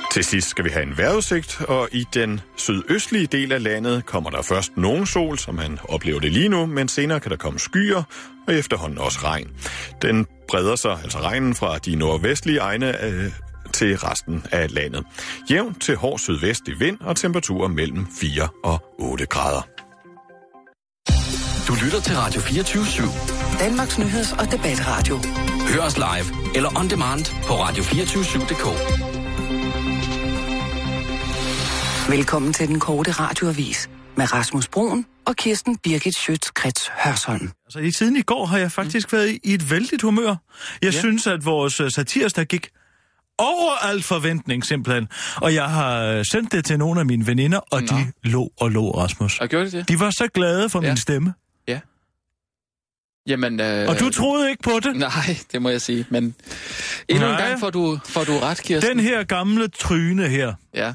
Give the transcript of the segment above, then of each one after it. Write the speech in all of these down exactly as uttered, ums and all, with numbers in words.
Til sidst skal vi have en vejrudsigt, og i den sydøstlige del af landet kommer der først nogen sol, som man oplever det lige nu, men senere kan der komme skyer og efterhånden også regn. Den breder sig, altså regnen, fra de nordvestlige egne øh, til resten af landet. Jævn til hård sydvestlig vind og temperaturer mellem fire og otte grader. Du lytter til Radio fireogtyve syv. Danmarks nyheds- og debatradio. Hør os live eller on demand på radio to fire syv punktum d k. Velkommen til den korte radioavis med Rasmus Broen og Kirsten Birgit Schøtz-Krets Hørsholm. Altså, i siden i går har jeg faktisk mm. været i et vældigt humør. Jeg ja. synes, at vores uh, satirsdag gik over al forventning, simpelthen. Og jeg har sendt det til nogle af mine veninder, og Nå. de lå og lå, Rasmus. Og gjorde de det? De var så glade for ja. min stemme. Ja. Jamen, øh... Og du troede ikke på det? Nej, det må jeg sige. Men endnu Nej. en gang får du, får du ret, Kirsten. Den her gamle tryne her. Ja.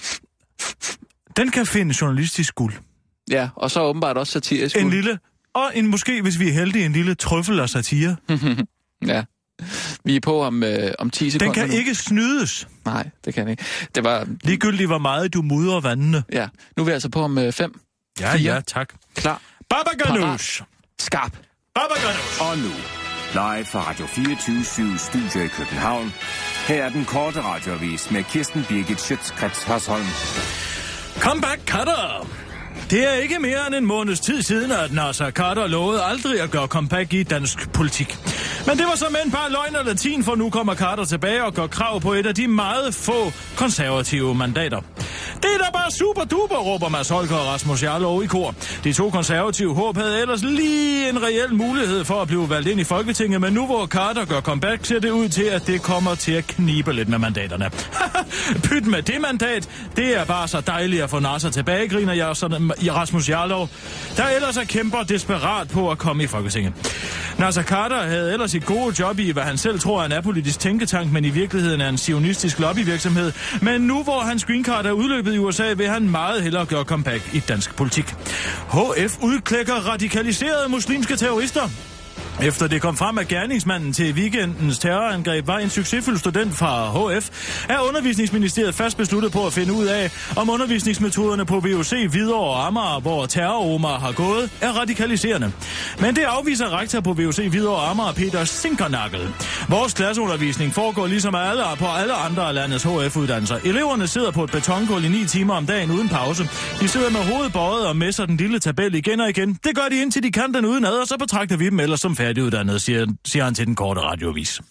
Den kan finde journalistisk guld. Ja, og så åbenbart også satirisk guld. En guld. lille, og en, måske, hvis vi er heldige, en lille trøffel af satire. Ja. Vi er på om, øh, om ti sekunder. Den kan nu. ikke snydes. Nej, det kan ikke. Det var... Ligegyldigt, hvor meget du mudrer vandene. Ja, nu er vi altså på om øh, fem. Ja, fire. ja, tak. Klar. Baba Ganoush. Skarp. Baba Ganoush. Og nu, live fra Radio fireogtyve syv Studio i København. Her er den korte radioavis med Kirsten Birgit Schøtz-Krets Hørsholm. Comeback Cutter! Det er ikke mere end en måneds tid siden, at Nasser Carter lovede aldrig at gøre comeback i dansk politik. Men det var såmænd bare løgn og latin, for nu kommer Carter tilbage og gør krav på et af de meget få konservative mandater. Det er da bare super duper, råber Mads Holger og Rasmus Jarlov i kor. De to konservative håb havde ellers lige en reel mulighed for at blive valgt ind i Folketinget, men nu hvor Carter gør comeback, ser det ud til, at det kommer til at knibe lidt med mandaterne. Pyt med det mandat, det er bare så dejligt at få Nasser tilbage, griner jeg sådan i Rasmus Jarlov, der ellers er kæmper desperat på at komme i Folketinget. Nasser Carter havde ellers et gode job i, hvad han selv tror er en apolitisk tænketank, men i virkeligheden er en zionistisk lobbyvirksomhed. Men nu hvor hans green card er udløbet i U S A, vil han meget hellere gøre comeback i dansk politik. H F udklækker radikaliserede muslimske terrorister. Efter det kom frem, at gerningsmanden til weekendens terrorangreb var en succesfuld student fra H F, er Undervisningsministeriet fast besluttet på at finde ud af, om undervisningsmetoderne på V U C Hvidovre og Amager, hvor terror-Omar har gået, er radikaliserende. Men det afviser rektor på V U C Hvidovre og Amager, Peter Sinkernagel. Vores klasseundervisning foregår ligesom alle på alle andre af landets H F-uddannelser. Eleverne sidder på et betongulv i ni timer om dagen uden pause. De sidder med hovedet bøjet og messer den lille tabel igen og igen. Det gør de indtil de kan den udenad, og så betragter vi dem ellers som færdiguddannet, siger, siger han til den korte radioavis.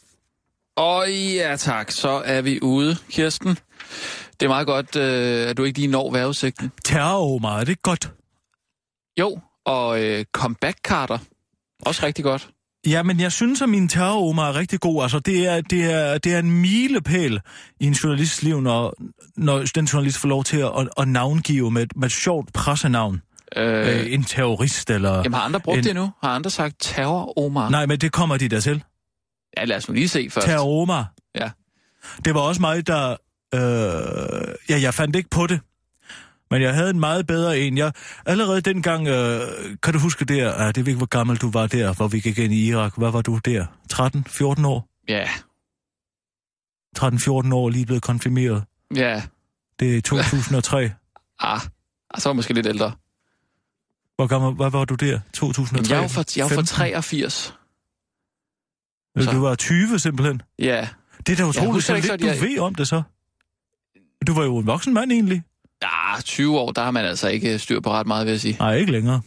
Og ja tak, så er vi ude, Kirsten. Det er meget godt, øh, at du ikke lige når vejrudsigten. Terror-Omar, er det godt? Jo, og øh, comeback Carter, også rigtig godt. Ja, men jeg synes, at min terror-Omar er rigtig god. Altså, det er, det er, det er en milepæl i en journalists liv, når, når den journalist får lov til at, at, at navngive med, med et sjovt pressenavn. Øh, en terrorist, eller... Jamen, har andre brugt en... det nu? Har andre sagt terror-Omar? Nej, men det kommer de der til. Ja, lad os nu lige se først. Terror-Omar. Ja. Det var også mig, der... Øh... Ja, jeg fandt ikke på det. Men jeg havde en meget bedre en. Jeg... Allerede dengang... Øh... Kan du huske der? Ah, det ved ikke, hvor gammel du var der, hvor vi gik ind i Irak. Hvad var du der? tretten fjorten år? Ja. tretten fjorten år, lige blevet konfirmeret. Ja. Det er to tusind og tre. ah, så var måske lidt ældre. Hvor gammel, hvad var du der? to tusind og tre? Jeg var for, jeg var for treogfirs. Så. Du var tyve simpelthen? Ja. Det er da utroligt, så lidt så, du jeg... ved om det så. Du var jo en voksen mand egentlig. Ja, tyve år, der har man altså ikke styr på ret meget, vil jeg sige. Nej, ikke længere.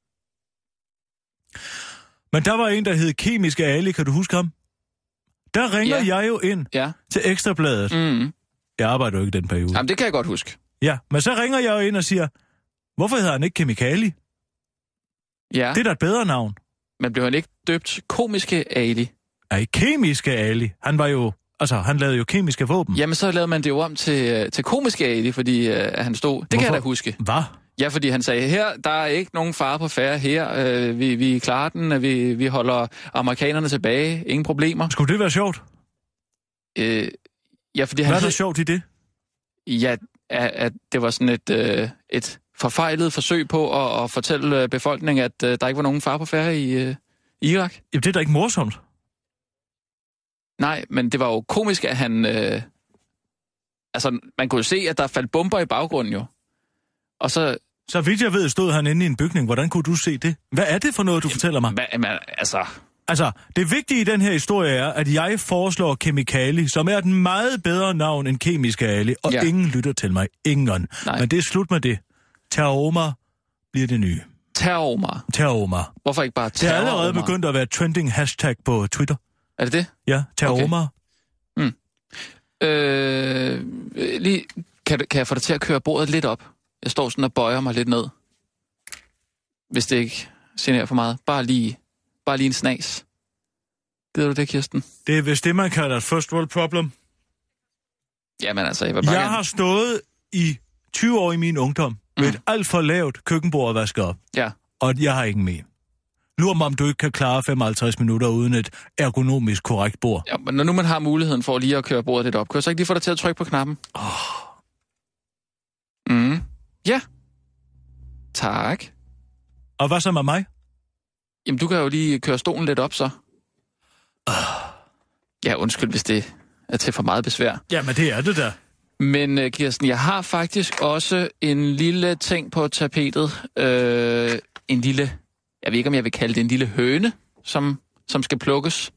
Men der var en, der hed Kemiske Ali, kan du huske ham? Der ringer ja. jeg jo ind ja. til Ekstrabladet. Mm. Jeg arbejder jo ikke den periode. Jamen, det kan jeg godt huske. Ja, men så ringer jeg jo ind og siger, hvorfor hedder han ikke Kemikali? Ja. Det er da et bedre navn. Men blev han ikke døbt Komiske Ali? Nej, Kemiske Ali. Han var jo, altså, han lavede jo kemiske våben. Jamen, så lavede man det jo om til, til Komiske Ali, fordi uh, han stod... Det hvorfor? Kan jeg da huske. Hvad? Ja, fordi han sagde, her, der er ikke nogen fare på færre her. Uh, vi, vi klarer den, vi, vi holder amerikanerne tilbage. Ingen problemer. Skulle det være sjovt? Uh, ja, fordi han... Hvad er der sjovt i det? Ja, at, at det var sådan et... Uh, et forfejlet forsøg på at, at fortælle befolkningen, at uh, der ikke var nogen fare på færre i uh, Irak. Jamen, det er da ikke morsomt. Nej, men det var jo komisk, at han... Uh, Altså, man kunne jo se, at der faldt bomber i baggrunden jo. Og så... Så vidt jeg ved, stod han inde i en bygning. Hvordan kunne du se det? Hvad er det for noget, du Jamen, fortæller mig? Hvad, man, altså... Altså, det vigtige i den her historie er, at jeg foreslår Kemikali, som er et meget bedre navn end Kemisk Ali, og ja. ingen lytter til mig. Ingen. Nej. Men det er slut med det. Terroromar bliver det nye. Terroromar? Terroromar. Hvorfor ikke bare terroromar? Det er allerede begyndt at være trending hashtag på Twitter. Er det det? Ja, terroromar. Okay. Mm. Øh, lige, kan, kan jeg få dig til at køre bordet lidt op? Jeg står sådan og bøjer mig lidt ned. Hvis det ikke generer for meget. Bare lige, bare lige en snas. Gider du det, Kirsten? Det er vist det, man kalder et first world problem. Jamen altså, jeg var bare... Jeg har stået i tyve år i min ungdom mm. med et alt for lavt køkkenbord at vaske op. Ja. Og jeg har ingen med. Lur mig, om du ikke kan klare femoghalvtreds minutter uden et ergonomisk korrekt bord. Ja, men når nu man har muligheden for lige at køre bordet lidt op, kan jeg så ikke lige få dig til at trykke på knappen? Åh. Oh. Mm. Ja. Tak. Og hvad så med mig? Jamen, du kan jo lige køre stolen lidt op, så. Oh. Ja, undskyld, hvis det er til for meget besvær. Jamen, det er det der. Men, Kirsten, jeg har faktisk også en lille ting på tapetet. Øh, en lille... Jeg ved ikke, om jeg vil kalde det en lille høne, som, som skal plukkes.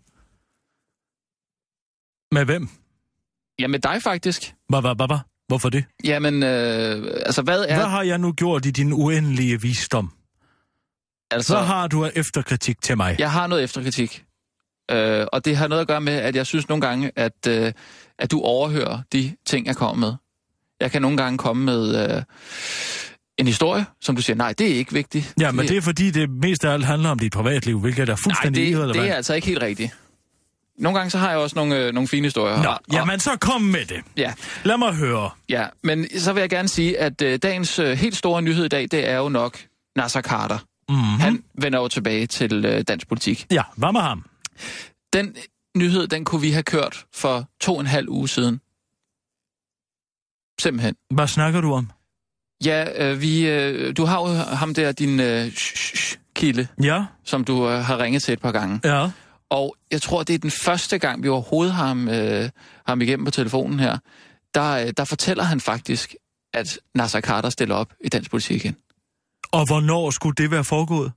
Med hvem? Ja, med dig faktisk. Hvad, hvad, hvad, hvad? Hvorfor det? Jamen, øh, altså hvad er... Hvad har jeg nu gjort i din uendelige visdom? Altså... Hvad har du af efterkritik til mig? Jeg har noget efterkritik. Øh, og det har noget at gøre med, at jeg synes nogle gange, at, øh, at du overhører de ting, jeg kommer med. Jeg kan nogle gange komme med... Øh, en historie, som du siger, nej, det er ikke vigtigt. Ja, men det er fordi, det mest af alt handler om dit privatliv, hvilket er fuldstændig nej, det, irrelevant. det er altså ikke helt rigtigt. Nogle gange så har jeg også nogle, øh, nogle fine historier. Nå, og, jamen så kom med det. Ja. Lad mig høre. Ja, men så vil jeg gerne sige, at øh, dagens øh, helt store nyhed i dag, det er jo nok Naser Khader. Mm-hmm. Han vender jo tilbage til øh, dansk politik. Ja, hvad med ham? Den nyhed, den kunne vi have kørt for to og en halv uge siden. Simpelthen. Hvad snakker du om? Ja, øh, vi, øh, du har jo ham der, din øh, kilde, ja. som du øh, har ringet til et par gange. Ja. Og jeg tror, det er den første gang, vi overhovedet har ham, øh, ham igennem på telefonen her, der, øh, der fortæller han faktisk, at Naser Khader stiller op i dansk politik igen. Og hvornår skulle det være foregået?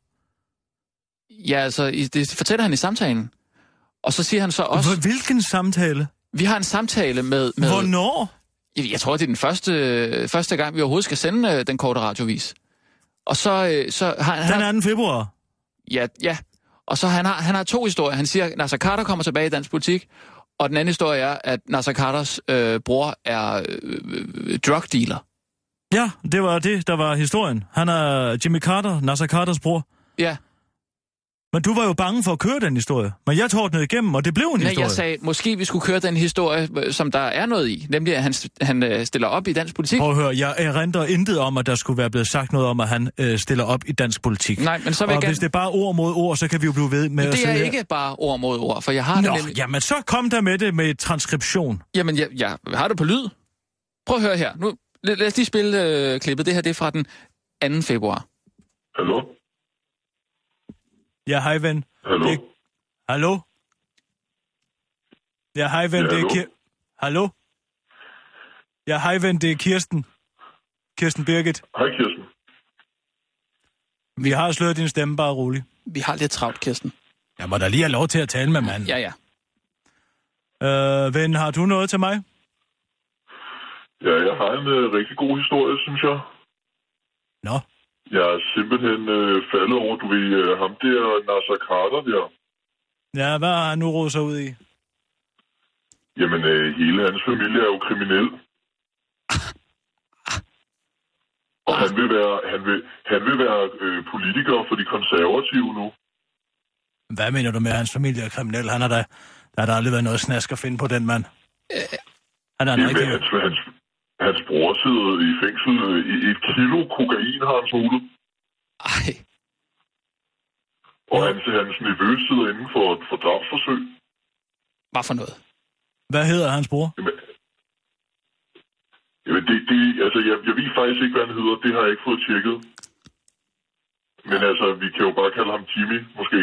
Ja, altså, i, det fortæller han i samtalen. Og så siger han så også... Hvilken samtale? Vi har en samtale med... med hvornår? Jeg tror, det er den første, første gang, vi overhovedet skal sende øh, den korte radiovis. Og så, øh, så har han... Den anden februar? Ja, ja. Og så han har, han har to historier. Han siger, at Naser Khader kommer tilbage i dansk politik, og den anden historie er, at Naser Khaders øh, bror er øh, øh, drug dealer. Ja, det var det, der var historien. Han er Jimmy Carter, Naser Khaders bror. Ja. Men du var jo bange for at køre den historie. Men jeg tordnede igennem, og det blev en Nej, historie. Jeg sagde, måske vi skulle køre den historie, som der er noget i. Nemlig, at han, han stiller op i dansk politik. Prøv at høre, jeg erindrer intet om, at der skulle være blevet sagt noget om, at han øh, stiller op i dansk politik. Nej, men så vil og jeg gerne... hvis det er bare ord mod ord, så kan vi jo blive ved med men at det er sige... ikke bare ord mod ord, for jeg har Nå, det nemlig... jamen så kom der med det med transkription. Jamen, jeg, jeg har det på lyd. Prøv at høre her. Nu, lad, lad os lige spille øh, klippet. Det her, det er fra den anden februar. Hallo? Ja, hej ven. Hallo? Det... Hallo? Ja, hej ven, ja, det er Kir- Hallo? Ja, hej ven, det er Kirsten. Kirsten Birgit. Hej Kirsten. Vi har slået din stemme, bare rolig. Vi har lidt travlt, Kirsten. Jeg må da lige have lov til at tale med manden. Ja, ja. Øh, ven, har du noget til mig? Ja, jeg har en øh, rigtig god historie, synes jeg. Nå. Jeg er simpelthen øh, faldet over, du ved, øh, ham der, Naser Khader der. Ja, hvad har han nu rodet sig ud i? Jamen, øh, hele hans familie er jo kriminel. Og han vil være, han vil, han vil være øh, politiker for de konservative nu. Hvad mener du med, at hans familie er kriminel? Han er der, der har der aldrig været noget snask at finde på den mand. Han er en Jamen, rigtig... hans, hans, hans bror sidder i fængsel. I et kilo kokain har han smuglet. Ej. Og hans, hans nevø sidder inden for, for drabsforsøg. Hvad for noget? Hvad hedder hans bror? Jamen, jamen det, det, altså, jeg, jeg ved faktisk ikke, hvad han hedder. Det har jeg ikke fået tjekket. Men altså, vi kan jo bare kalde ham Jimmy, måske.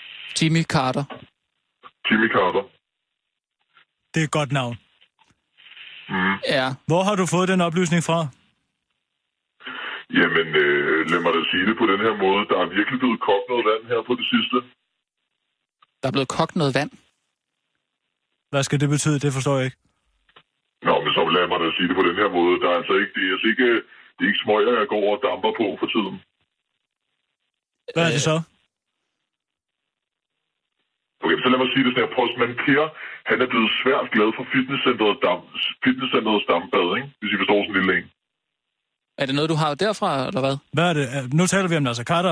Jimmy Carter. Jimmy Carter. Det er et godt navn. Mm. Ja. Hvor har du fået den oplysning fra? Jamen, øh, lad mig da sige det på den her måde. Der er virkelig blevet kogt noget vand her på det sidste. Der er blevet kogt noget vand. Hvad skal det betyde? Det forstår jeg ikke. Nå, men så lad mig da sige det på den her måde. Der er altså ikke, det er altså ikke, det er ikke smøger, jeg går og damper på for tiden. Hvad er det så? Okay, så lad mig sige det sådan her. Postmand Per, han er blevet svært glad for fitnesscenteret dam, fitnesscenterets dampbad, ikke? Hvis I forstår sådan en lille en. Er det noget, du har derfra, eller hvad? Hvad er det? Nu taler vi om Nasser Khader.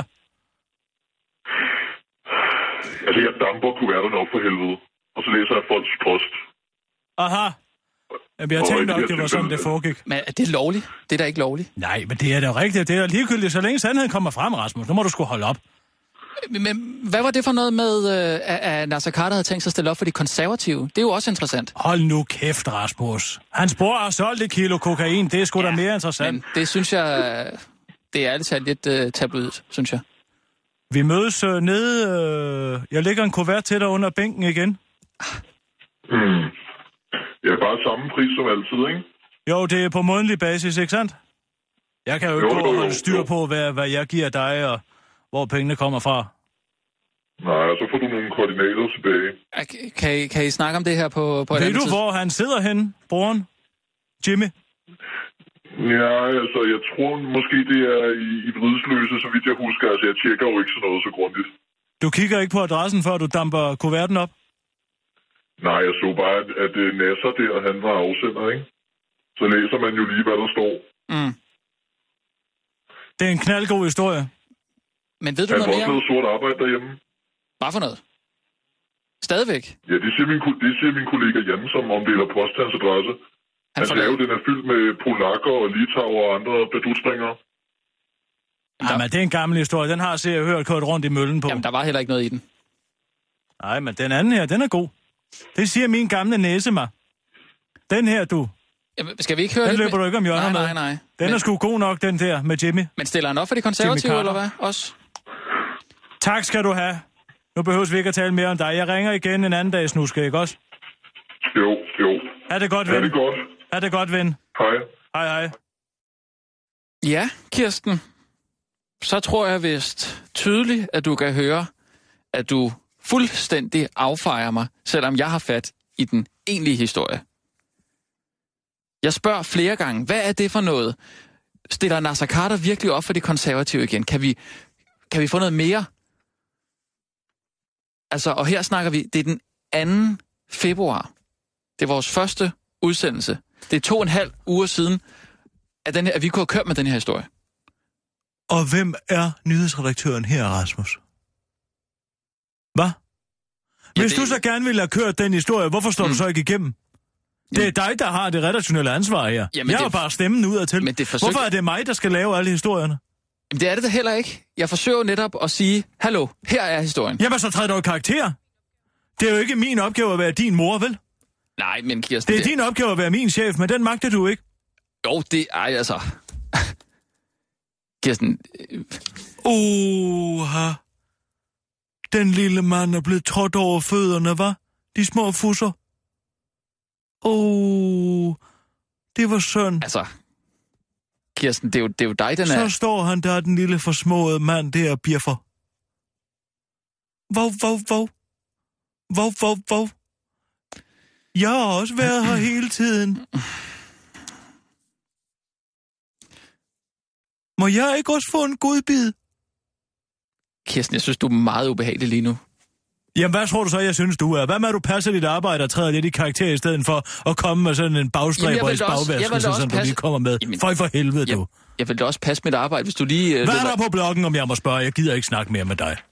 Altså, jeg damper kuverterne op for helvede. Og så læser jeg folks post. Aha. Jamen, jeg tænkte nok, det var sådan, det foregik. Men er det lovligt? Det er da ikke lovligt. Nej, men det er da rigtigt. Det er da ligegyldigt, så længe sandheden kommer frem, Rasmus. Nu må du sgu holde op. Men hvad var det for noget med, øh, at Nasser Khader havde tænkt sig at stille op for de konservative? Det er jo også interessant. Hold nu kæft, Rasmus. Hans bror har solgt et kilo kokain. Det er sgu ja, da mere interessant. Men det synes jeg, det er ærligt talt lidt uh, tabloidt, synes jeg. Vi mødes øh, nede... Øh, jeg lægger en kuvert til dig under bænken igen. Mm. Ja, bare samme pris som altid, ikke? Jo, det er på månedlig basis, ikke sandt? Jeg kan jo ikke jo, gå og jo, holde styr jo. på, hvad, hvad jeg giver dig, og hvor pengene kommer fra. Nej, så får du nogle koordinater tilbage. Kan I, kan I snakke om det her på, på et Ved andet du, tid? hvor han sidder henne, broren? Jimmy? Ja, altså, jeg tror måske, det er i, i Vridsløse, så vidt jeg husker. Altså, jeg tjekker jo ikke sådan noget så grundigt. Du kigger ikke på adressen, før du damper kuverten op? Nej, jeg så bare, at, at Nasser der, han var afsender, ikke? Så læser man jo lige, hvad der står. Mm. Det er en knaldgod historie. Men ved du han noget mere? Han har også lavet sort arbejde derhjemme. Hvad for noget? Stadigvæk? Ja, det siger min, det siger min kollega Jan, som omdeler post til hans adresse. Han Hans have, den er fyldt med polakker og litauer og andre badutspringere. Ja, men det er en gammel historie. Den har jeg set hørt kørt rundt i møllen på. Jamen, der var heller ikke noget i den. Nej, men den anden her, den er god. Det siger min gamle næse mig. Den her, du. Jamen, skal vi ikke høre den lidt løber med... du ikke om hjørner nej, med. Nej, nej, Den men... er sgu god nok, den der med Jimmy. Men stiller han op for de konservative, eller hvad? Også? Tak skal du have. Nu behøver vi ikke at tale mere om dig. Jeg ringer igen en anden dag, snuske, ikke også? Jo, jo. Er det godt, ven? Er det godt? Er det godt, ven? Hej. Hej, hej. Ja, Kirsten. Så tror jeg vist tydeligt, at du kan høre, at du fuldstændig affejer mig, selvom jeg har fat i den egentlige historie. Jeg spørger flere gange, hvad er det for noget? Stiller Nasser Khader virkelig op for de konservative igen? Kan vi, kan vi få noget mere? Altså, og her snakker vi, det er den anden februar. Det er vores første udsendelse. Det er to og en halv uger siden, at, den her, at vi kunne have kørt med den her historie. Og hvem er nyhedsredaktøren her, Rasmus? Hvad? Ja, Hvis det... du så gerne ville have kørt den historie, hvorfor står mm. du så ikke igennem? Det er dig, der har det redaktionelle ansvar her. Jamen, jeg har det... bare stemmen ud af til. Men det forsøg... Hvorfor er det mig, der skal lave alle historierne? Jamen, det er det da heller ikke. Jeg forsøger netop at sige, hallo, her er historien. Jamen, så træder du i karakter. Det er jo ikke min opgave at være din mor, vel? Nej, men Kirsten... Det er det... din opgave at være min chef, men den magter du ikke. Jo, det er altså... Kirsten... Oha. Den lille mand er blevet trådt over fødderne, hva'? De små fusser. Åh, oh, det var synd. Altså, Kirsten, det er jo, det er jo dig, den Så er... Så står han der, den lille forsmåede mand der og bjeffer. Vov, vov, vov. Vov, vov, vov. Jeg har også været her hele tiden. Må jeg ikke også få en godbid? Kirsten, jeg synes, du er meget ubehagelig lige nu. Jamen, hvad tror du så, jeg synes, du er? Hvad med, at du passer dit arbejde og træder lidt i karakter i stedet for at komme med sådan en bagstræber i bagværskelse, som du lige kommer med? Jamen, Føj for helvede, jeg, du. Jeg vil da også passe mit arbejde, hvis du lige... Hvad er der på bloggen, om jeg må spørge? Jeg gider ikke snakke mere med dig.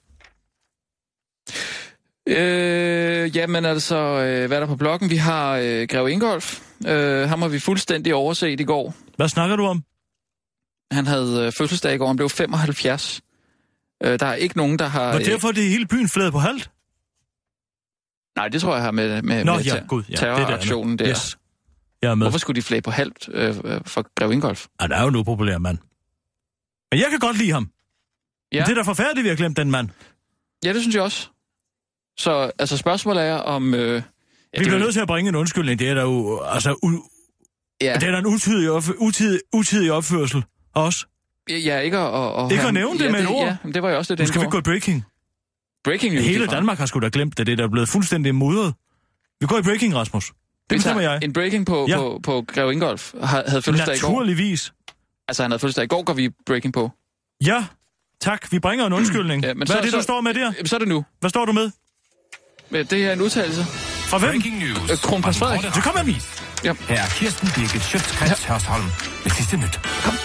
Øh, jamen altså, øh, hvad er der på bloggen? Vi har øh, Greve Ingolf. Øh, ham har vi fuldstændig overset i går. Hvad snakker du om? Han havde øh, fødselsdag i går, han blev femoghalvfjerds. Øh, der er ikke nogen, der har... Og derfor er det hele byen fladet på halvt? Nej, det tror jeg har med, med, Nå, med ja, God, ja, terroraktionen der. Yes. Jeg er med. Hvorfor skulle de flage på halvt øh, for Greve Ingolf? Ja, der er jo en upopulær mand. Men jeg kan godt lide ham. Ja. Men det er da forfærdeligt, vi har glemt den mand. Ja, det synes jeg også. Så altså spørgsmålet er om... Øh, ja, vi bliver nødt til at bringe en undskyldning. Det er da jo altså u- Ja. Det er da en utidig, op, utidig, utidig opførsel også. Ja, ikke at... Og, ikke at nævne det ja, med et ord. Ja, det var jo også det, nu skal vi ikke gå i breaking. Breaking news. Hele Danmark har sgu da glemt det, det der er blevet fuldstændig mudret. Vi går i breaking, Rasmus. Det bestemmer jeg. En breaking på, ja. på, på Greve Ingolf havde fødselsdag i går. Naturligvis. Altså, han havde fødselsdag i går, går vi breaking på. Ja, tak. Vi bringer en undskyldning. Ja, men hvad så, er det, så, du står med der? Så er det nu. Hvad står du med? Det er en udtalelse. Fra hvem? Breaking news. Øh, Kronprins Frederik. Så kom med den. Ja. Her er Kirsten Birgit Schøtz-Krets ja. Hørsholm med sidste nyt. Kom.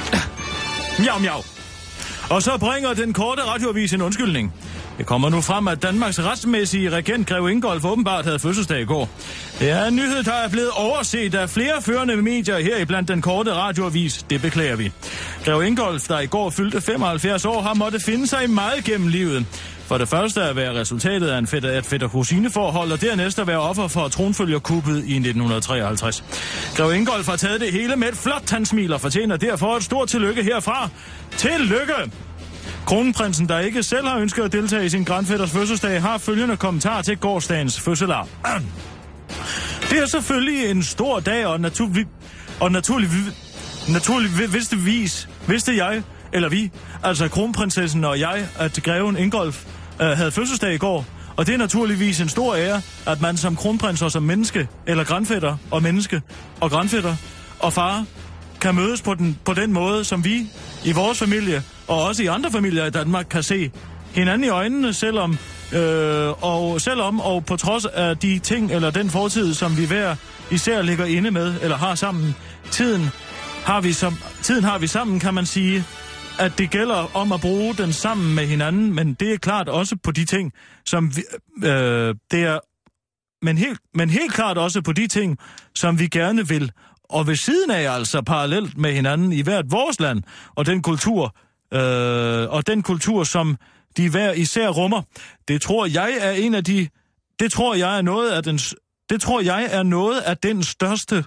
Miau, miau. Og så bringer den korte radioavis en undskyldning. Det kommer nu frem, at Danmarks retsmæssige regent Greve Ingolf åbenbart havde fødselsdag i går. Det er en nyhed, der er blevet overset af flere førende medier her iblandt den korte radioavis. Det beklager vi. Greve Ingolf, der i går fyldte femoghalvfjerds år, har måttet finde sig meget gennem livet. For det første at være resultatet af en fætter, et fætter-kusine-forhold, og dernæst at være offer for tronfølgerkuppet i nitten treoghalvtreds. Greve Ingolf har taget det hele med et flot tandsmil og fortjener derfor et stort tillykke herfra. Tillykke! Kronprinsen, der ikke selv har ønsket at deltage i sin grandfætters fødselsdag, har følgende kommentar til gårsdagens fødselar. Det er selvfølgelig en stor dag, og, naturlig, og naturlig, naturlig, vidstevis, vidste jeg, eller vi, altså kronprinsessen og jeg, at greven Ingolf øh, havde fødselsdag i går. Og det er naturligvis en stor ære, at man som kronprins og som menneske, eller grandfætter og menneske, og grandfætter og far, kan mødes på den, på den måde, som vi i vores familie, og også i andre familier i Danmark, kan se hinanden i øjnene, selvom, øh, og selvom og på trods af de ting eller den fortid, som vi hver især ligger inde med, eller har sammen. Tiden har vi, som, tiden har vi sammen, kan man sige, at det gælder om at bruge den sammen med hinanden, men det er klart også på de ting, som vi, øh, det er, men helt, men helt klart også på de ting, som vi gerne vil. Og ved siden af, altså parallelt med hinanden i hvert vores land, og den kultur, øh, og den kultur, som de hver især rummer. Det tror jeg er en af de, det tror jeg er noget af den, det tror jeg er noget af den største,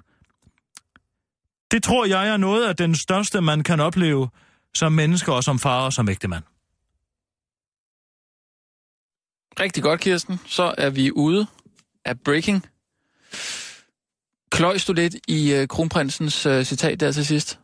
det tror jeg er noget af den største, man kan opleve som menneske og som far og som ægtemand. Rigtig godt, Kirsten. Så er vi ude af breaking. Kløjs du lidt i uh, kronprinsens uh, citat der til sidst?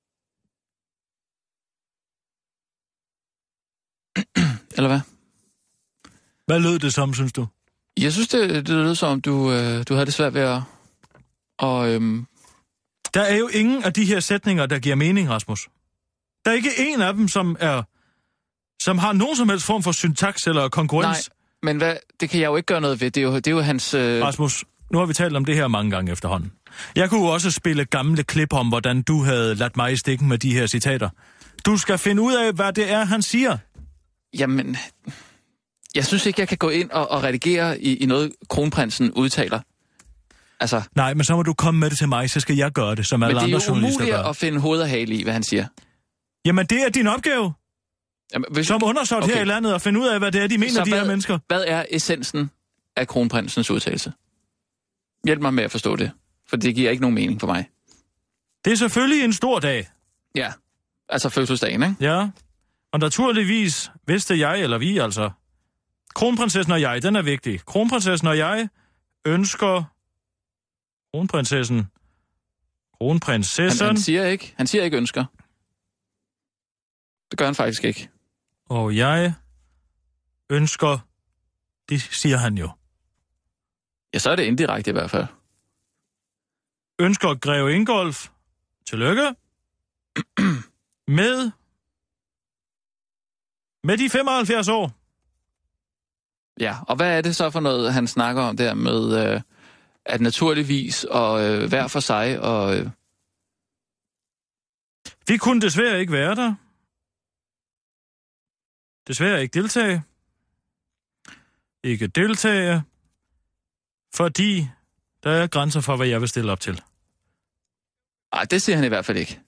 Eller hvad? Hvad lød det som, synes du? Jeg synes, det, det lød som, om du, uh, du havde det svært ved at... Og, øhm... Der er jo ingen af de her sætninger, der giver mening, Rasmus. Der er ikke en af dem, som er, som har nogen som helst form for syntaks eller konkurrens. Nej, men hvad, det kan jeg jo ikke gøre noget ved. Det er jo, det er jo hans... Øh... Rasmus, nu har vi talt om det her mange gange efterhånden. Jeg kunne også spille gamle klip om, hvordan du havde ladt mig i stikken med de her citater. Du skal finde ud af, hvad det er, han siger. Jamen, jeg synes ikke, jeg kan gå ind og, og redigere i, i noget, kronprinsen udtaler. Altså, nej, men så må du komme med det til mig, så skal jeg gøre det, som alle andre journalister gør. Men det er jo umuligt at finde hoved og hale i, hvad han siger. Jamen, det er din opgave. Jamen, hvis... Som undersøgt okay. her i landet, at finde ud af, hvad det er, de mener, så de hvad, her mennesker. Hvad er essensen af kronprinsens udtalelse? Hjælp mig med at forstå det, for det giver ikke nogen mening for mig. Det er selvfølgelig en stor dag. Ja, altså fødselsdagen, ikke? Ja, og naturligvis vidste jeg, eller vi altså, kronprinsessen og jeg, den er vigtig. Kronprinsessen og jeg ønsker... Kronprinsessen... Kronprinsessen... Han, han, siger ikke, han siger ikke ønsker. Det gør han faktisk ikke. Og jeg ønsker... Det siger han jo. Ja, så er det indirekte i hvert fald. Ønsker Greve Ingolf tillykke med... med de femoghalvfjerds år. Ja, og hvad er det så for noget, han snakker om der med... Øh, at naturligvis og øh, hver for sig og... Øh... Vi kunne desværre ikke være der. Desværre ikke deltage. Ikke deltage. Fordi der er grænser for, hvad jeg vil stille op til. Ej, det siger han i hvert fald ikke.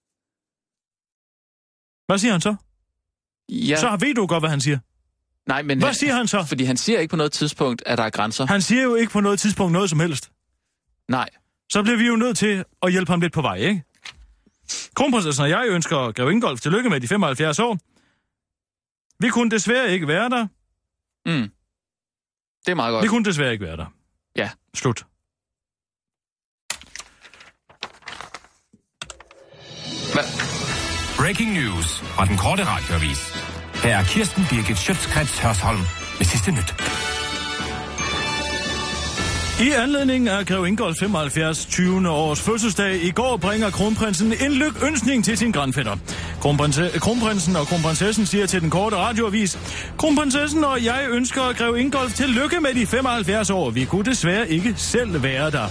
Hvad siger han så? Ja. Så ved du godt, hvad han siger. Nej, men... Hvad siger han så? Fordi han siger ikke på noget tidspunkt, at der er grænser. Han siger jo ikke på noget tidspunkt noget som helst. Nej. Så bliver vi jo nødt til at hjælpe ham lidt på vej, ikke? Kronprinsessen og jeg ønsker Greve Ingolf tillykke med de femoghalvfjerds år. Vi kunne desværre ikke være der. Mm. Det er meget godt. Vi kunne desværre ikke være der. Ja. Slut. Breaking news fra den korte radioavis. Her er Kirsten Birgit Schøtzgrads Hørsholm med sidste nyt. I anledning af Grev Ingolf femoghalvfjerds tyvende års fødselsdag i går bringer kronprinsen en lykønskning til sin grandfætter. Kronprinse- kronprinsen og kronprinsessen siger til den korte radioavis: Kronprinsessen og jeg ønsker Grev Ingolf til lykke med de femoghalvfjerds år. Vi kunne desværre ikke selv være der.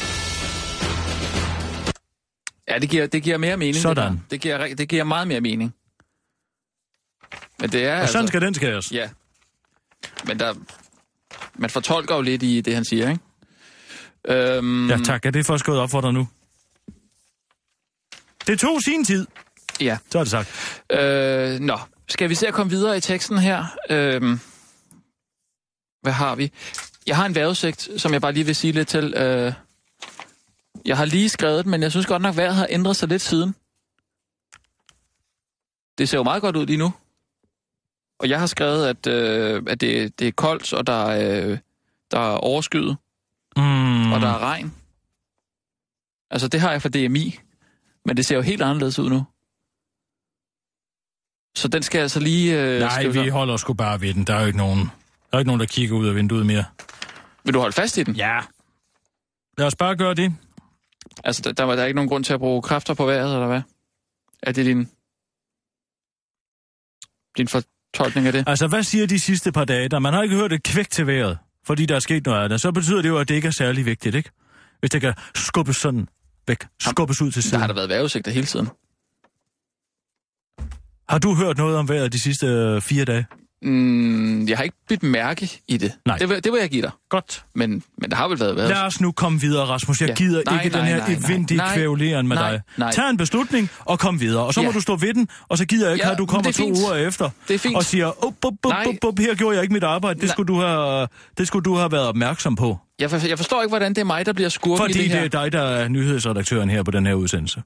Ja, det giver, det giver mere mening. Sådan. Det, det, giver, det giver meget mere mening. Men det er og altså... sådan skal den skæres. Ja. Men der... Man fortolker jo lidt i det, han siger, ikke? Øhm... Ja, tak. Er det først gået op for dig nu? Det tog sin tid. Ja. Så er det sagt. Øh, nå, skal vi se at komme videre i teksten her? Øh, hvad har vi? Jeg har en vejrudsigt, som jeg bare lige vil sige lidt til. Øh, jeg har lige skrevet den, men jeg synes godt nok, at vejret har ændret sig lidt siden. Det ser jo meget godt ud lige nu. Og jeg har skrevet, at, øh, at det, det er koldt, og der er, øh, der er overskyet, mm. og der er regn. Altså, det har jeg fra D M I, men det ser jo helt anderledes ud nu. Så den skal altså lige... Øh, Nej, vi op. holder sgu bare ved den. Der er jo ikke nogen, der er ikke nogen, der kigger ud af vinduet mere. Vil du holde fast i den? Ja. Lad os bare gøre det. Altså, der, der var der ikke nogen grund til at bruge kræfter på vejret, eller hvad? Er det din... din fortolkning af det? Altså, hvad siger de sidste par dage? Der man har ikke hørt et kvæk til vejret, fordi der er sket noget af det. Så betyder det jo, at det ikke er særlig vigtigt, ikke? Hvis det kan skubbes sådan væk. Skubbes ud til siden. Der har der været vejrudsigter hele tiden. Har du hørt noget om vejret de sidste øh, fire dage? Mm, jeg har ikke bidt mærke i det. Nej. Det vil, det vil jeg give dig. Godt. Men, men der har vel været vejret. Lad os nu komme videre, Rasmus. Jeg ja. gider nej, ikke nej, den her nej, evindige nej, kvævleren med nej, dig. Nej. Tag en beslutning og kom videre. Og så ja. må du stå ved den, og så gider jeg ikke, ja, at du kommer to uger efter. Det er fint. Og siger, oh, bup, bup, bup, bup, her gjorde jeg ikke mit arbejde. Det skulle, du have, det skulle du have været opmærksom på. Jeg, for, jeg forstår ikke, hvordan det er mig, der bliver skurken Fordi i det her. Fordi det er dig, der er nyhedsredaktøren her på den her udsendelse.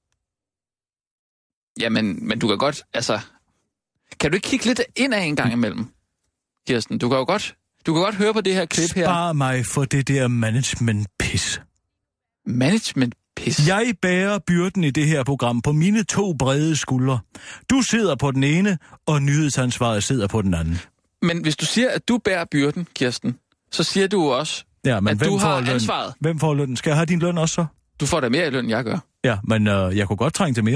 Jamen, men du kan godt, altså... Kan du ikke kigge lidt ind af en gang imellem, Kirsten? Du kan jo godt, du kan godt høre på det her klip her. Spar mig for det der management-pis. Management-pis? Jeg bærer byrden i det her program på mine to brede skuldre. Du sidder på den ene, og nyhedsansvaret sidder på den anden. Men hvis du siger, at du bærer byrden, Kirsten, så siger du også, ja, men at hvem du har løn? ansvaret. Hvem får løn? Skal jeg have din løn også så? Du får da mere i løn, end jeg gør. Ja, men øh, jeg kunne godt trænge til mere.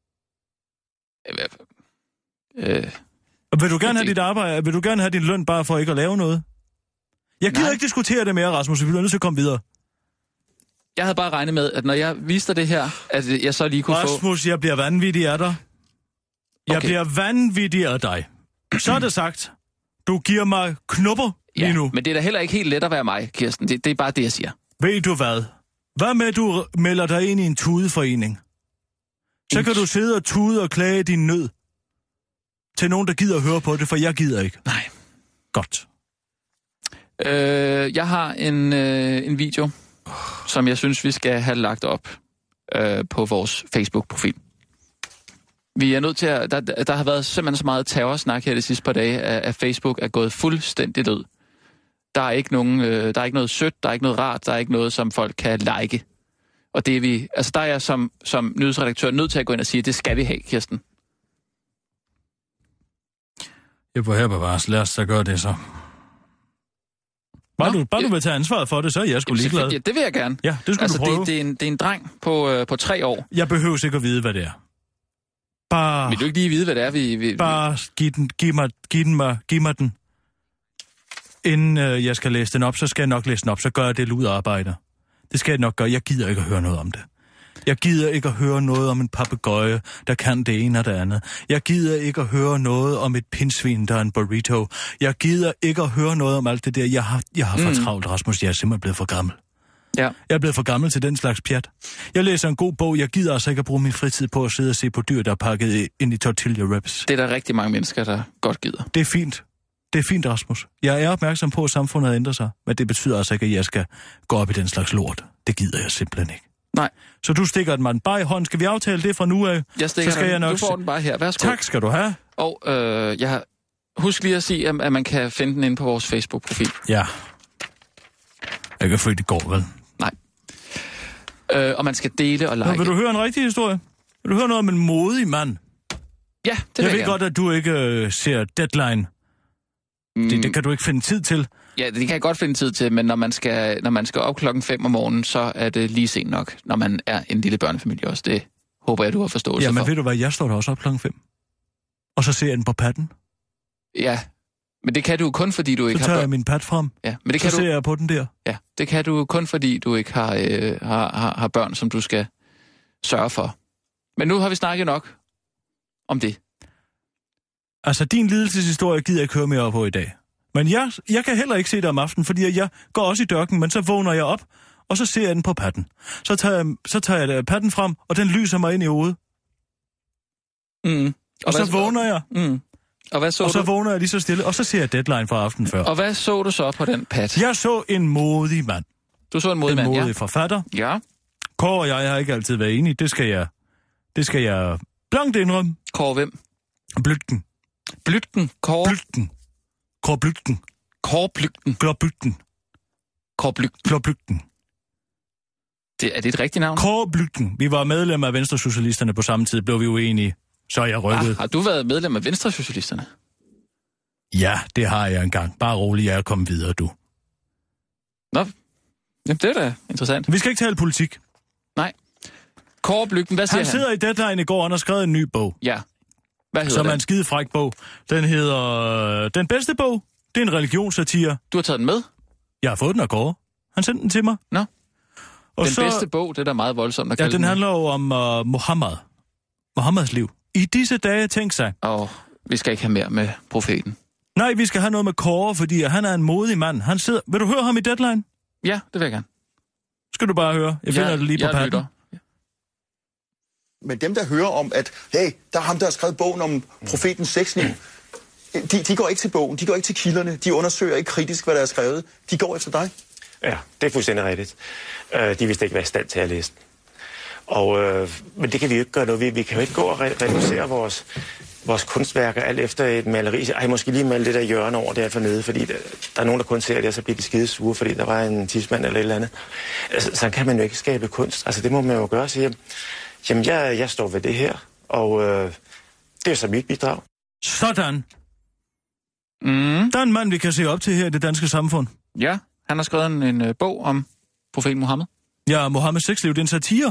Øh, vil du gerne have dit arbejde? Vil du gerne have din løn bare for ikke at lave noget? Jeg gider Nej. ikke diskutere det mere, Rasmus. Vi bliver nødt til at komme videre. Jeg havde bare regnet med, at når jeg viste det her, at jeg så lige kunne Rasmus, få... Rasmus, jeg bliver vanvittig af dig. Jeg Okay. bliver vanvittig af dig. Så er det sagt. Du giver mig knupper lige ja, nu. men det er da heller ikke helt let at være mig, Kirsten. Det, det er bare det, jeg siger. Ved du hvad? Hvad med, du melder dig ind i en tudeforening? Så kan du sidde og tude og klage din nød til nogen, der gider at høre på det, for jeg gider ikke. Nej. Godt. Øh, jeg har en, øh, en video, som jeg synes, vi skal have lagt op øh, på vores Facebook-profil. Vi er nødt til at... Der, der har været simpelthen så meget terrorsnak her de sidste par dage, at, at Facebook er gået fuldstændig død. Der er ikke nogen, øh, der er ikke noget sødt, der er ikke noget rart, der er ikke noget, som folk kan like. Og det er vi... Altså, der er jeg som, som nyhedsredaktør nødt til at gå ind og sige, at det skal vi have, Kirsten. Jeg får her bevares. Lad os da gøre det så. Bare, Nå, du, bare jeg... du vil tage ansvaret for det, så er jeg sgu ligeglad. Ja, det vil jeg gerne. Ja, det skulle altså, du prøve. Det, det, er en, det er en dreng på, øh, på tre år. Jeg behøver sikkert at vide, hvad det er. Bare... Vil du ikke lige vide, hvad det er, vi... vi bare giv, den, giv, mig, giv, den mig, giv mig den. Inden øh, jeg skal læse den op, så skal jeg nok læse den op, så gør jeg det ludarbejder. Det skal jeg nok gøre. Jeg gider ikke at høre noget om det. Jeg gider ikke at høre noget om en papegøje, der kan det ene og det andet. Jeg gider ikke at høre noget om et pindsvin, der er en burrito. Jeg gider ikke at høre noget om alt det der. Jeg har, jeg har for mm. travlt, Rasmus. Jeg er simpelthen blevet for gammel. Ja. Jeg er blevet for gammel til den slags pjat. Jeg læser en god bog. Jeg gider altså ikke at bruge min fritid på at sidde og se på dyr, der er pakket ind i tortilla wraps. Det er der rigtig mange mennesker, der godt gider. Det er fint. Det er fint, Rasmus. Jeg er opmærksom på, at samfundet ændrer sig, men det betyder altså ikke, at jeg skal gå op i den slags lort. Det gider jeg simpelthen ikke. Nej. Så du stikker den bare i hånden. Skal vi aftale det fra nu af? Jeg stikker så skal den. Jeg nok... Du får den bare her. Værsgo. Tak skal du have. Og øh, jeg husk lige at sige, at, at man kan finde den inde på vores Facebook-profil. Ja. Jeg kan født i går, vel? Nej. Øh, og man skal dele og like. Nå, vil du høre en rigtig historie? Vil du høre noget om en modig mand? Ja, det Jeg vil ved jeg godt, at du ikke øh, ser Deadline. Mm. Det, det kan du ikke finde tid til. Ja, det kan jeg godt finde tid til, men når man skal, når man skal op klokken fem om morgenen, så er det lige sent nok, når man er en lille børnefamilie også. Det håber jeg, du har forståelse Ja, men for. ved du hvad, jeg står der også op klokken fem. Og så ser jeg den på patten. Ja, men det kan du kun, fordi du ikke Så har tager børn. jeg min pad frem, Ja, men det så kan ser du... jeg på den der. Ja, det kan du kun, fordi du ikke har, øh, har, har, har børn, som du skal sørge for. Men nu har vi snakket nok om det. Altså, din lidelseshistorie gider jeg ikke høre mere op på i dag. Men jeg, jeg kan heller ikke se det om aftenen, fordi jeg går også i dørken, men så vågner jeg op, og så ser jeg den på patten. Så tager jeg, så tager jeg patten frem, og den lyser mig ind i hovedet. Mm. Og, Og så hvad- vågner jeg, Mm. Og hvad så og så du? vågner jeg lige så stille, og så ser jeg Deadline fra aftenen før. Og hvad så du så på den pad? Jeg så en modig mand. Du så en modig En mand, modig ja? forfatter. Ja. Kåre og jeg har ikke altid været enige. Det skal jeg, det skal jeg blankt indrømme. Kåre hvem? Blytken. Blytken. Kåre. Blytken. Kåre Blytken. Kåre Blygten. Glor Blytken. Kåre Blygten. Glor Blytken. Det, er det et rigtigt navn? Kåre Blytken. Vi var medlemmer af Venstresocialisterne på samme tid, blev vi uenige. Så er jeg rykket. Ah, har du været medlem af Venstresocialisterne? Ja, det har jeg engang. Bare rolig, jeg er kommet videre, du. Nå, jamen, det er da interessant. Vi skal ikke tale politik. Nej. Kåre Blygten, hvad siger Han han? sidder i Deadline i går, og han har skrevet en ny bog, Ja. Hvad hedder som er den? en skidefræk bog. Den hedder øh, Den bedste bog. Det er en religionssatire. Du har taget den med? Jeg har fået den af Kåre. Han sendte den til mig. Nå. Og Den så, bedste bog, det er da meget voldsomt at Ja, kalde den handler jo om uh, Mohammed. Mohammeds liv. I disse dage, tænk sig. Og vi skal ikke have mere med profeten. Nej, vi skal have noget med Kåre, fordi han er en modig mand. Han sidder... Vil du høre ham i Deadline? Ja, det vil jeg gerne. Skal du bare høre. Jeg finder jeg, det lige på jeg patten. lytter. Men dem, der hører om, at hey, der er ham, der har skrevet bogen om profetens sexliv, de, de går ikke til bogen, de går ikke til kilderne, de undersøger ikke kritisk, hvad der er skrevet. De går efter dig. Ja, det er fuldstændig rigtigt. Uh, de vidste ikke være i stand til at læse den. Og, uh, men det kan vi jo ikke gøre noget ved. Vi kan jo ikke gå og re- reducere vores, vores kunstværker alt efter et maleri. Ej, måske lige male det der hjørne over der for nede, fordi der, der er nogen, der kun ser det, og så bliver de skide sure, fordi der var en tidsmand eller et eller andet. Altså, så kan man jo ikke skabe kunst. Altså, det må man jo gøre, sige. Jamen, jeg, jeg står ved det her, og øh, det er så mit bidrag. Sådan. Mm. Der er en mand, vi kan se op til her i det danske samfund. Ja, han har skrevet en, en uh, bog om profeten Mohammed. Ja, Mohammeds sexliv, det er en satire.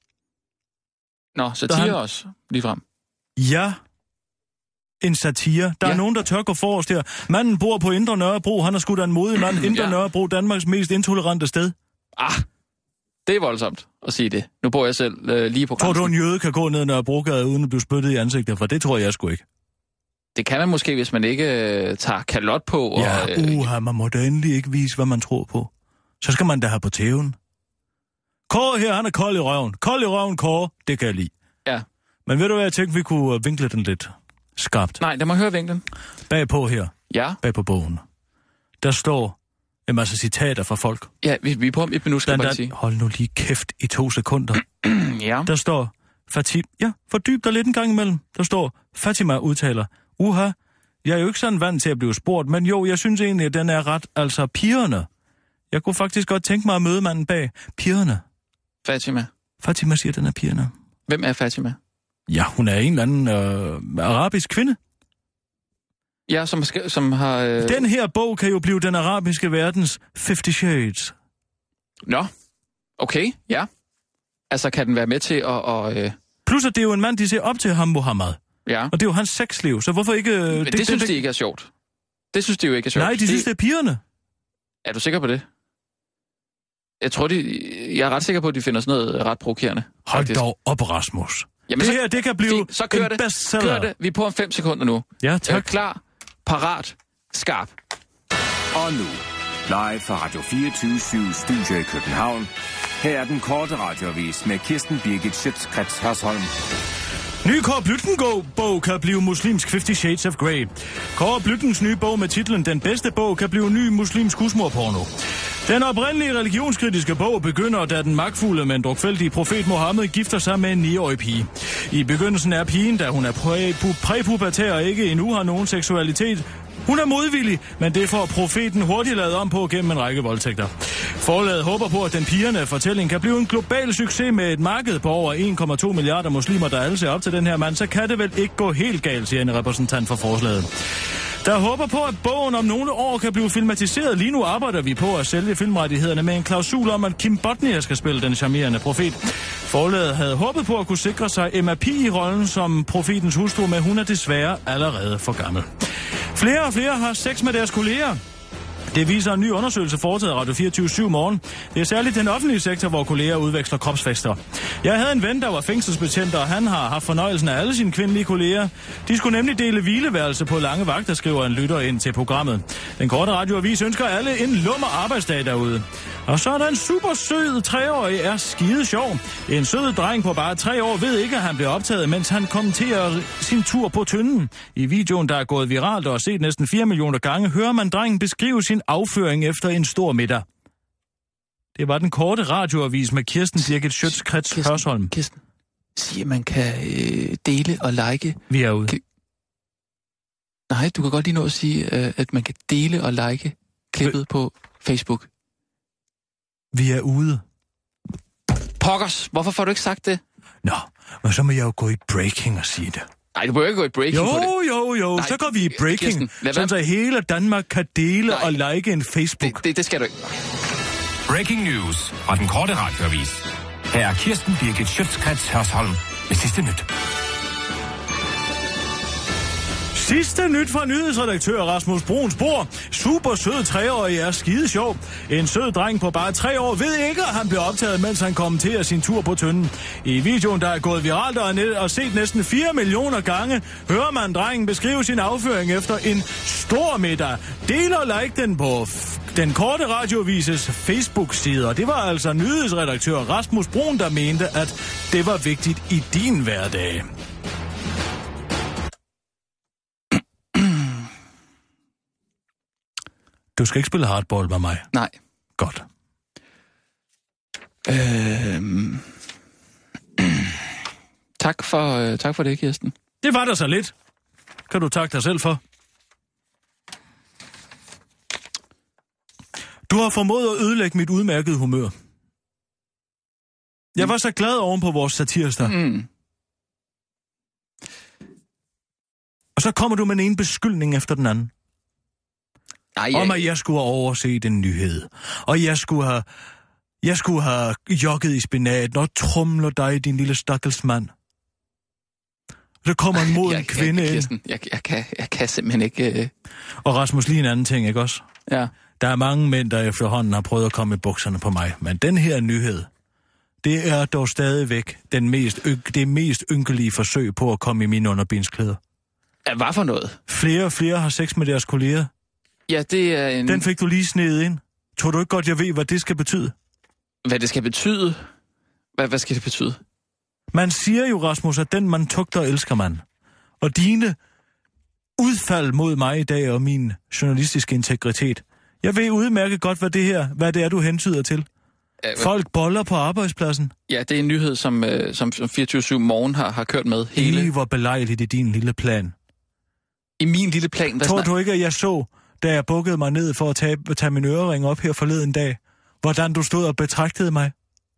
Nå, satire han... også, ligefrem. Ja, en satire. Der ja. er nogen, der tør gå forrest her. Manden bor på Indre Nørrebro. Han er sgu da en modig mand. Indre ja. Nørrebro, Danmarks mest intolerante sted. Ah, det er voldsomt at sige det. Nu bor jeg selv øh, lige på grænsen. Tror du, en jøde kan gå ned ad Nørrebrogade uden at blive spyttet i ansigtet? For det tror jeg sgu ikke. Det kan man måske, hvis man ikke øh, tager kalot på. Og, ja, øh, uha, man må da endelig ikke vise, hvad man tror på. Så skal man da have på tæven. Kåre her, han er kold i røven. Kold i røven, Kåre, det kan jeg lide. Ja. Men ved du hvad, jeg tænkte, vi kunne vinkle den lidt skarpt. Nej, lad mig høre vinklen. Bagpå her, Ja. bag på bogen, der står en masse citater fra folk. Ja, vi, vi er på om et minut, skal jeg bare der, sige. hold nu lige kæft i to sekunder. Ja. Der står, Fatima, ja, fordyb dig lidt en gang imellem. Der står, Fatima udtaler, uha, jeg er jo ikke sådan vant til at blive spurgt, men jo, jeg synes egentlig, at den er ret, altså pigerne. Jeg kunne faktisk godt tænke mig at møde manden bag pigerne. Fatima. Fatima siger, den er pigerne. Hvem er Fatima? Ja, hun er en eller anden øh, arabisk kvinde. Ja, som, skal, som har... Øh... Den her bog kan jo blive den arabiske verdens Fifty Shades. Nå, okay, ja. Altså, kan den være med til at... Og, øh... Plus, at det er jo en mand, de ser op til ham, Mohammed. Ja. Og det er jo hans sexliv, så hvorfor ikke... Men det, det synes det, de ikke er sjovt. Det synes de jo ikke er sjovt. Nej, de det... synes, det er pigerne. Er du sikker på det? Jeg tror, de... Jeg er ret sikker på, at de finder sådan noget ret provokerende. Hold faktisk. dog op, Rasmus. Jamen, det så... her, det kan blive Fint, så kører en det. bestseller. Kør det. Vi er på om fem sekunder nu. Ja, tak. Er klar, parat, skarp. Og nu, live fra Radio fireogtyve syv Studio i København. Her er den korte radioavis med Kirsten Birgit Schøtz-Krets Hørsholm. Ny Kåre Blytken-bog kan blive muslimsk Fifty Shades of Grey. Kåre Blytkens nye bog med titlen Den bedste bog kan blive ny muslimsk husmorporno. Den oprindelige religionskritiske bog begynder, da den magtfulde, men drukfældige profet Mohammed gifter sig med en niårig pige. I begyndelsen er pigen, da hun er præ- præpubertær og ikke endnu har nogen seksualitet, Hun er modvillig, men det får profeten hurtigt lavet om på gennem en række voldtægter. Forlaget håber på, at den pigerne fortælling kan blive en global succes med et marked på over en komma to milliarder muslimer, der alle ser op til den her mand, så kan det vel ikke gå helt galt, siger en repræsentant for forslaget. Der håber på, at bogen om nogle år kan blive filmatiseret. Lige nu arbejder vi på at sælge filmrettighederne med en klausul om, at Kim Bodnia skal spille den charmerende profet. Forlaget havde håbet på at kunne sikre sig Emma Pi i rollen som profetens hustru, men hun er desværre allerede for gammel. Flere og flere har sex med deres kolleger. Det viser en ny undersøgelse foretaget af Radio fireogtyve syv morgen. Det er særligt den offentlige sektor, hvor kolleger udveksler kropsfester. Jeg havde en ven, der var fængselsbetjent, og han har haft fornøjelsen af alle sine kvindelige kolleger. De skulle nemlig dele hvileværelse på lange vagter, skriver en lytter ind til programmet. Den korte radioavis ønsker alle en lummer arbejdsdag derude. Og så er der en super sød treårig er skide sjov. En sød dreng på bare tre år ved ikke, at han bliver optaget, mens han kommenterer sin tur på tynden. I videoen, der er gået viralt og set næsten fire millioner gange, hører man drengen beskrive sin afføring efter en stor middag. Det var den korte radioavis med Kirsten Birgit Schøtz-Krets Hørsholm. Kirsten, sig, at man kan øh, dele og like. Vi er ude. K- Nej, du kan godt lige nå at sige, øh, at man kan dele og like klippet H- på Facebook. Vi er ude. Pokkers, hvorfor får du ikke sagt det? Nå, men så må jeg jo gå i breaking og sige det. Nej, du bør ikke gå i breaking jo, på det. Jo, jo, jo. Så går vi i breaking, Kirsten, sådan så hele Danmark kan dele Nej. og like en Facebook. Det, det, det skal du ikke. Breaking news fra den korte radioavis. Her er Kirsten Birgit Schøtz-Krets Hørsholm med sidste nyt. Sidste nyt fra nyhedsredaktør Rasmus Bruns bror. Super sød treårig er skide sjov. En sød dreng på bare tre år ved ikke, at han bliver optaget, mens han kommenterer sin tur på tynden. I videoen, der er gået viralt og, net- og set næsten fire millioner gange, hører man drengen beskrive sin afføring efter en stor middag. Del og like den på f- den korte radiovises Facebook-side. Og det var altså nyhedsredaktør Rasmus Brun, der mente, at det var vigtigt i din hverdag. Du skal ikke spille hardball med mig. Nej. Godt. Øhm... tak, for, øh, tak for det, Kirsten. Det var der så lidt. Kan du takke dig selv for? Du har formået at ødelægge mit udmærkede humør. Jeg var så glad oven på vores satirsdag. Mm. Og så kommer du med en ene beskyldning efter den anden. Ej, om at jeg skulle have overset en nyhed. Og jeg skulle have, jeg skulle have jogget i spinaten og trumler dig, din lille stakkelsmand. Så kommer en moden kvinde jeg, ind. Jeg, jeg, kan, jeg kan simpelthen ikke... Øh... Og Rasmus, lige en anden ting, ikke også? Ja. Der er mange mænd, der efterhånden har prøvet at komme i bukserne på mig. Men den her nyhed, det er dog stadigvæk den mest, det mest ynkelige forsøg på at komme i mine underbensklæder. Hvad for noget? Flere og flere har sex med deres kolleger. Ja, det er en... Den fik du lige snedet ind. Tror du ikke godt, jeg ved, hvad det skal betyde? Hvad det skal betyde? Hvad, hvad skal det betyde? Man siger jo, Rasmus, at den man tugter, elsker man. Og dine udfald mod mig i dag og min journalistiske integritet. Jeg ved udmærket godt, hvad det her, hvad det er, du hentyder til. Æh, Folk boller på arbejdspladsen. Ja, det er en nyhed, som, øh, som fireogtyve syv morgen har, har kørt med hele... Ej, hvor belejligt i din lille plan. I min lille plan? Hvad Tror snak... du ikke, at jeg så, da jeg bukkede mig ned for at tage, tage min ørering op her forleden dag, hvordan du stod og betragtede mig?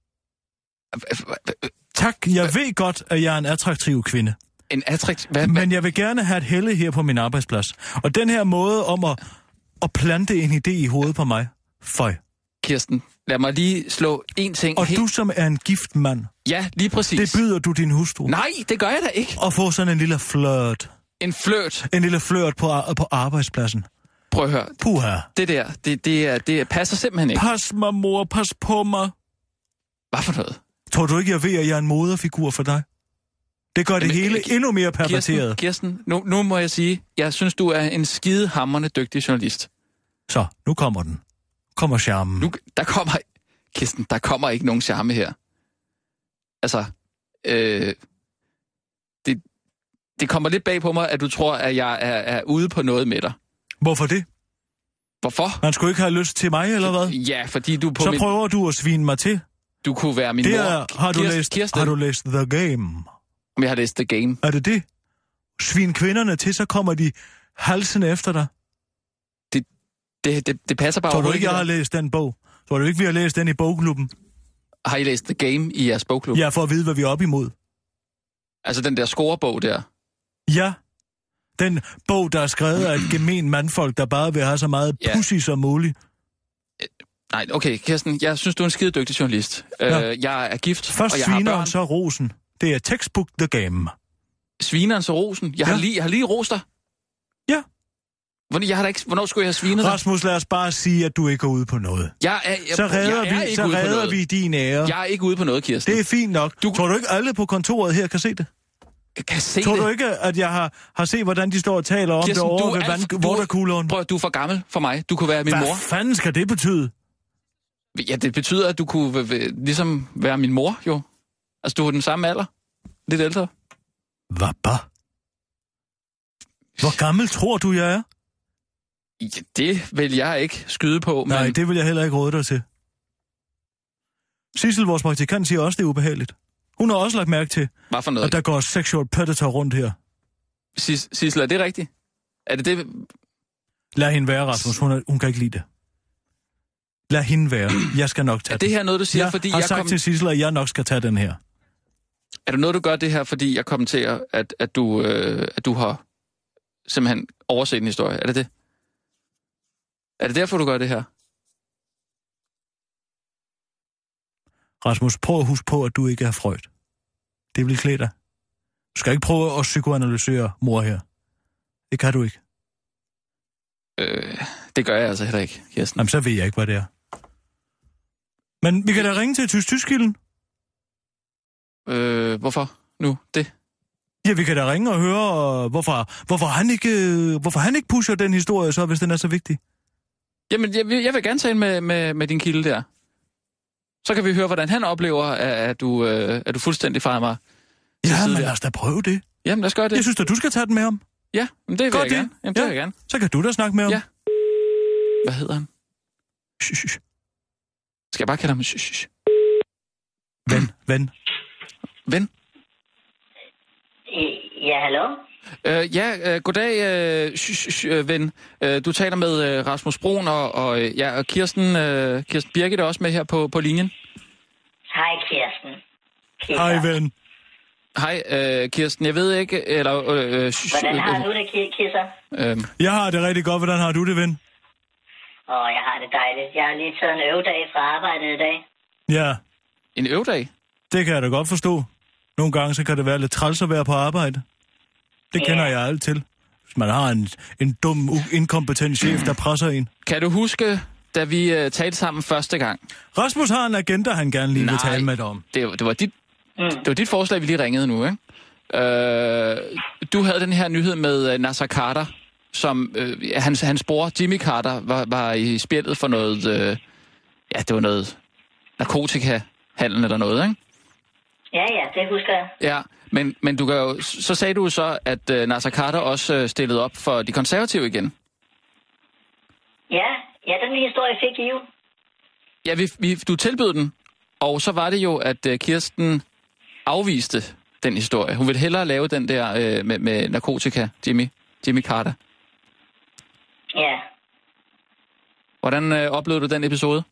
Tak, jeg ved godt, at jeg er en attraktiv kvinde. En attraktiv... Hvad, Men jeg vil gerne have et helle her på min arbejdsplads. Og den her måde om at, at plante en idé i hovedet på mig. Føj. Kirsten, lad mig lige slå en ting Og helt... du som er en gift mand. Ja, lige præcis. Det byder du din hustru. Nej, det gør jeg da ikke. Og få sådan en lille flirt. En flirt? En lille flirt på, på arbejdspladsen. Prøv at høre. Puha. Det der, det, det, er, det passer simpelthen ikke. Pas mig, mor. Pas på mig. Hvad for noget? Tror du ikke, jeg ved, at jeg er en moderfigur for dig? Det gør det Jamen, hele K- endnu mere perverteret. Kirsten, Kirsten nu, nu må jeg sige, jeg synes, du er en skidehamrende dygtig journalist. Så, nu kommer den. Kommer charmen. Nu, der kommer... Kirsten, der kommer ikke nogen charme her. Altså, øh, det, det kommer lidt bag på mig, at du tror, at jeg er, er ude på noget med dig. Hvorfor det? Hvorfor? Man skulle ikke have lyst til mig, eller hvad? Ja, fordi du på Så min... prøver du at svine mig til. Du kunne være min det mor. Er, har, du Kirsten, læst, Kirsten. har du læst The Game? Om jeg har læst The Game. Er det det? Svin kvinderne til, så kommer de halsen efter dig. Det, det, det passer bare Tror du overhovedet ikke, jeg har læst den bog? Tror du ikke, vi har læst den i bogklubben? Har I læst The Game i jeres bogklub? Ja, for at vide, hvad vi er op imod. Altså den der scorebog der? Ja. Den bog, der er skrevet af et gemen mandfolk, der bare vil have så meget Ja. pussy som muligt. Nej, okay, Kirsten, jeg synes, du er en skide dygtig journalist. Ja. Øh, jeg er gift, Først og jeg har svineren, børn. så rosen. Det er textbook the game. Svineren så rosen. Jeg har Ja. lige, jeg har lige rost dig. Ja. Hvornår, jeg har da ikke, hvornår skulle jeg have svinet dig? Rasmus, lad os bare sige, at du ikke er ude på noget. Jeg er, jeg, Så redder, jeg er vi, ikke så ude på redder noget. vi din ære. Jeg er ikke ude på noget, Kirsten. Det er fint nok. Du- Tror du ikke, alle på kontoret her kan se det? kan se Tror det. du ikke, at jeg har, har set, hvordan de står og taler om Kirsten, det du over er ved alt- vand, du er- watercooleren? Prøv at du er for gammel for mig. Du kunne være min Hvad mor. fanden skal det betyde? Ja, det betyder, at du kunne v- v- ligesom være min mor, jo. Altså, du er den samme alder. Lidt ældre. Hvad bare? Hvor gammel tror du, jeg er? Ja, det vil jeg ikke skyde på, Nej, men... det vil jeg heller ikke råde dig til. Sissel, vores praktikant, siger også, det er ubehageligt. Hun har også lagt mærke til, Hvad for noget? at der går sexual predator rundt her. Sis- Sissel, er det rigtigt? Er det det... Lad hende være, Rasmus. Hun, er, hun kan ikke lide det. Lad hende være. Jeg skal nok tage Er det her noget, du siger, jeg fordi har jeg sagt kom... til Sissel, at jeg nok skal tage den her. Er det noget, du gør det her, fordi jeg kommenterer, at, at, du, øh, at du har simpelthen overset en historie? Er det det? Er det derfor, du gør det her? Rasmus, prøv at huske på, at du ikke er Freud. Det vil klæde dig. Du skal ikke prøve at psykoanalysere mor her. Det kan du ikke. Øh, det gør jeg altså heller ikke, Kirsten. Jamen, så ved jeg ikke, hvad det er. Men vi kan da ringe til Tysk-Tyskilden. Øh, hvorfor nu det? Ja, vi kan da ringe og høre, hvorfor, hvorfor, han ikke, hvorfor han ikke pusher den historie så, hvis den er så vigtig. Jamen, jeg, vil- jeg vil gerne tale med, med, med din kilde der. Så kan vi høre, hvordan han oplever, at, at, du, øh, at du fuldstændig farer mig til Ja, side men der. lad os da prøve det. Jamen, lad os gøre det. Jeg synes at du skal tage den med ham. Ja, men det vil Gør jeg det. gerne. Jamen, det Ja. vil jeg gerne. Så kan du da snakke med ham. Ja. Hvad hedder han? Shh, shh. Skal jeg bare kalde ham shh, shh. Ven, ven. Ven? Ja, hallo? Øh, ja, øh, goddag, øh, sh, sh, sh, øh, ven. Øh, du taler med øh, Rasmus Broen, og, og, øh, ja, og Kirsten, øh, Kirsten Birgit er også med her på, på linjen. Hej, Kirsten. Kirsten. Hej, ven. Hej, øh, Kirsten. Jeg ved ikke, eller... Øh, øh, sh, Hvordan har øh, du det, Ki- Kisser? øh, Jeg har det rigtig godt. Hvordan har du det, ven? Åh, jeg har det dejligt. Jeg har lige taget en øvedag fra arbejdet i dag. Ja, En øvedag? det kan jeg da godt forstå. Nogle gange så kan det være lidt træls at være på arbejde. Det Ja. kender jeg alt til. Hvis man har en, en dum, u- inkompetent chef, der presser en. Kan du huske, da vi øh, talte sammen første gang? Rasmus har en agenda, han gerne lige vil Nej. tale med dig om. Det, det, var dit, Mm. det var dit forslag, vi lige ringede nu, ikke? Øh, du havde den her nyhed med øh, Nasser Carter, som øh, hans, hans bror, Jimmy Carter, var, var i spjældet for noget... Øh, ja, det var noget narkotikahandel eller noget, ikke? Ja, ja, det husker jeg. Ja, men, men du kan jo, så sagde du så, at øh, Nasser Carter også øh, stillede op for de konservative igen. Ja, ja, den historie fik I jo. Ja, vi, vi, du tilbød den, og så var det jo, at øh, Kirsten afviste den historie. Hun ville hellere lave den der øh, med, med narkotika, Jimmy, Jimmy Carter. Ja. Hvordan øh, oplevede du den episode?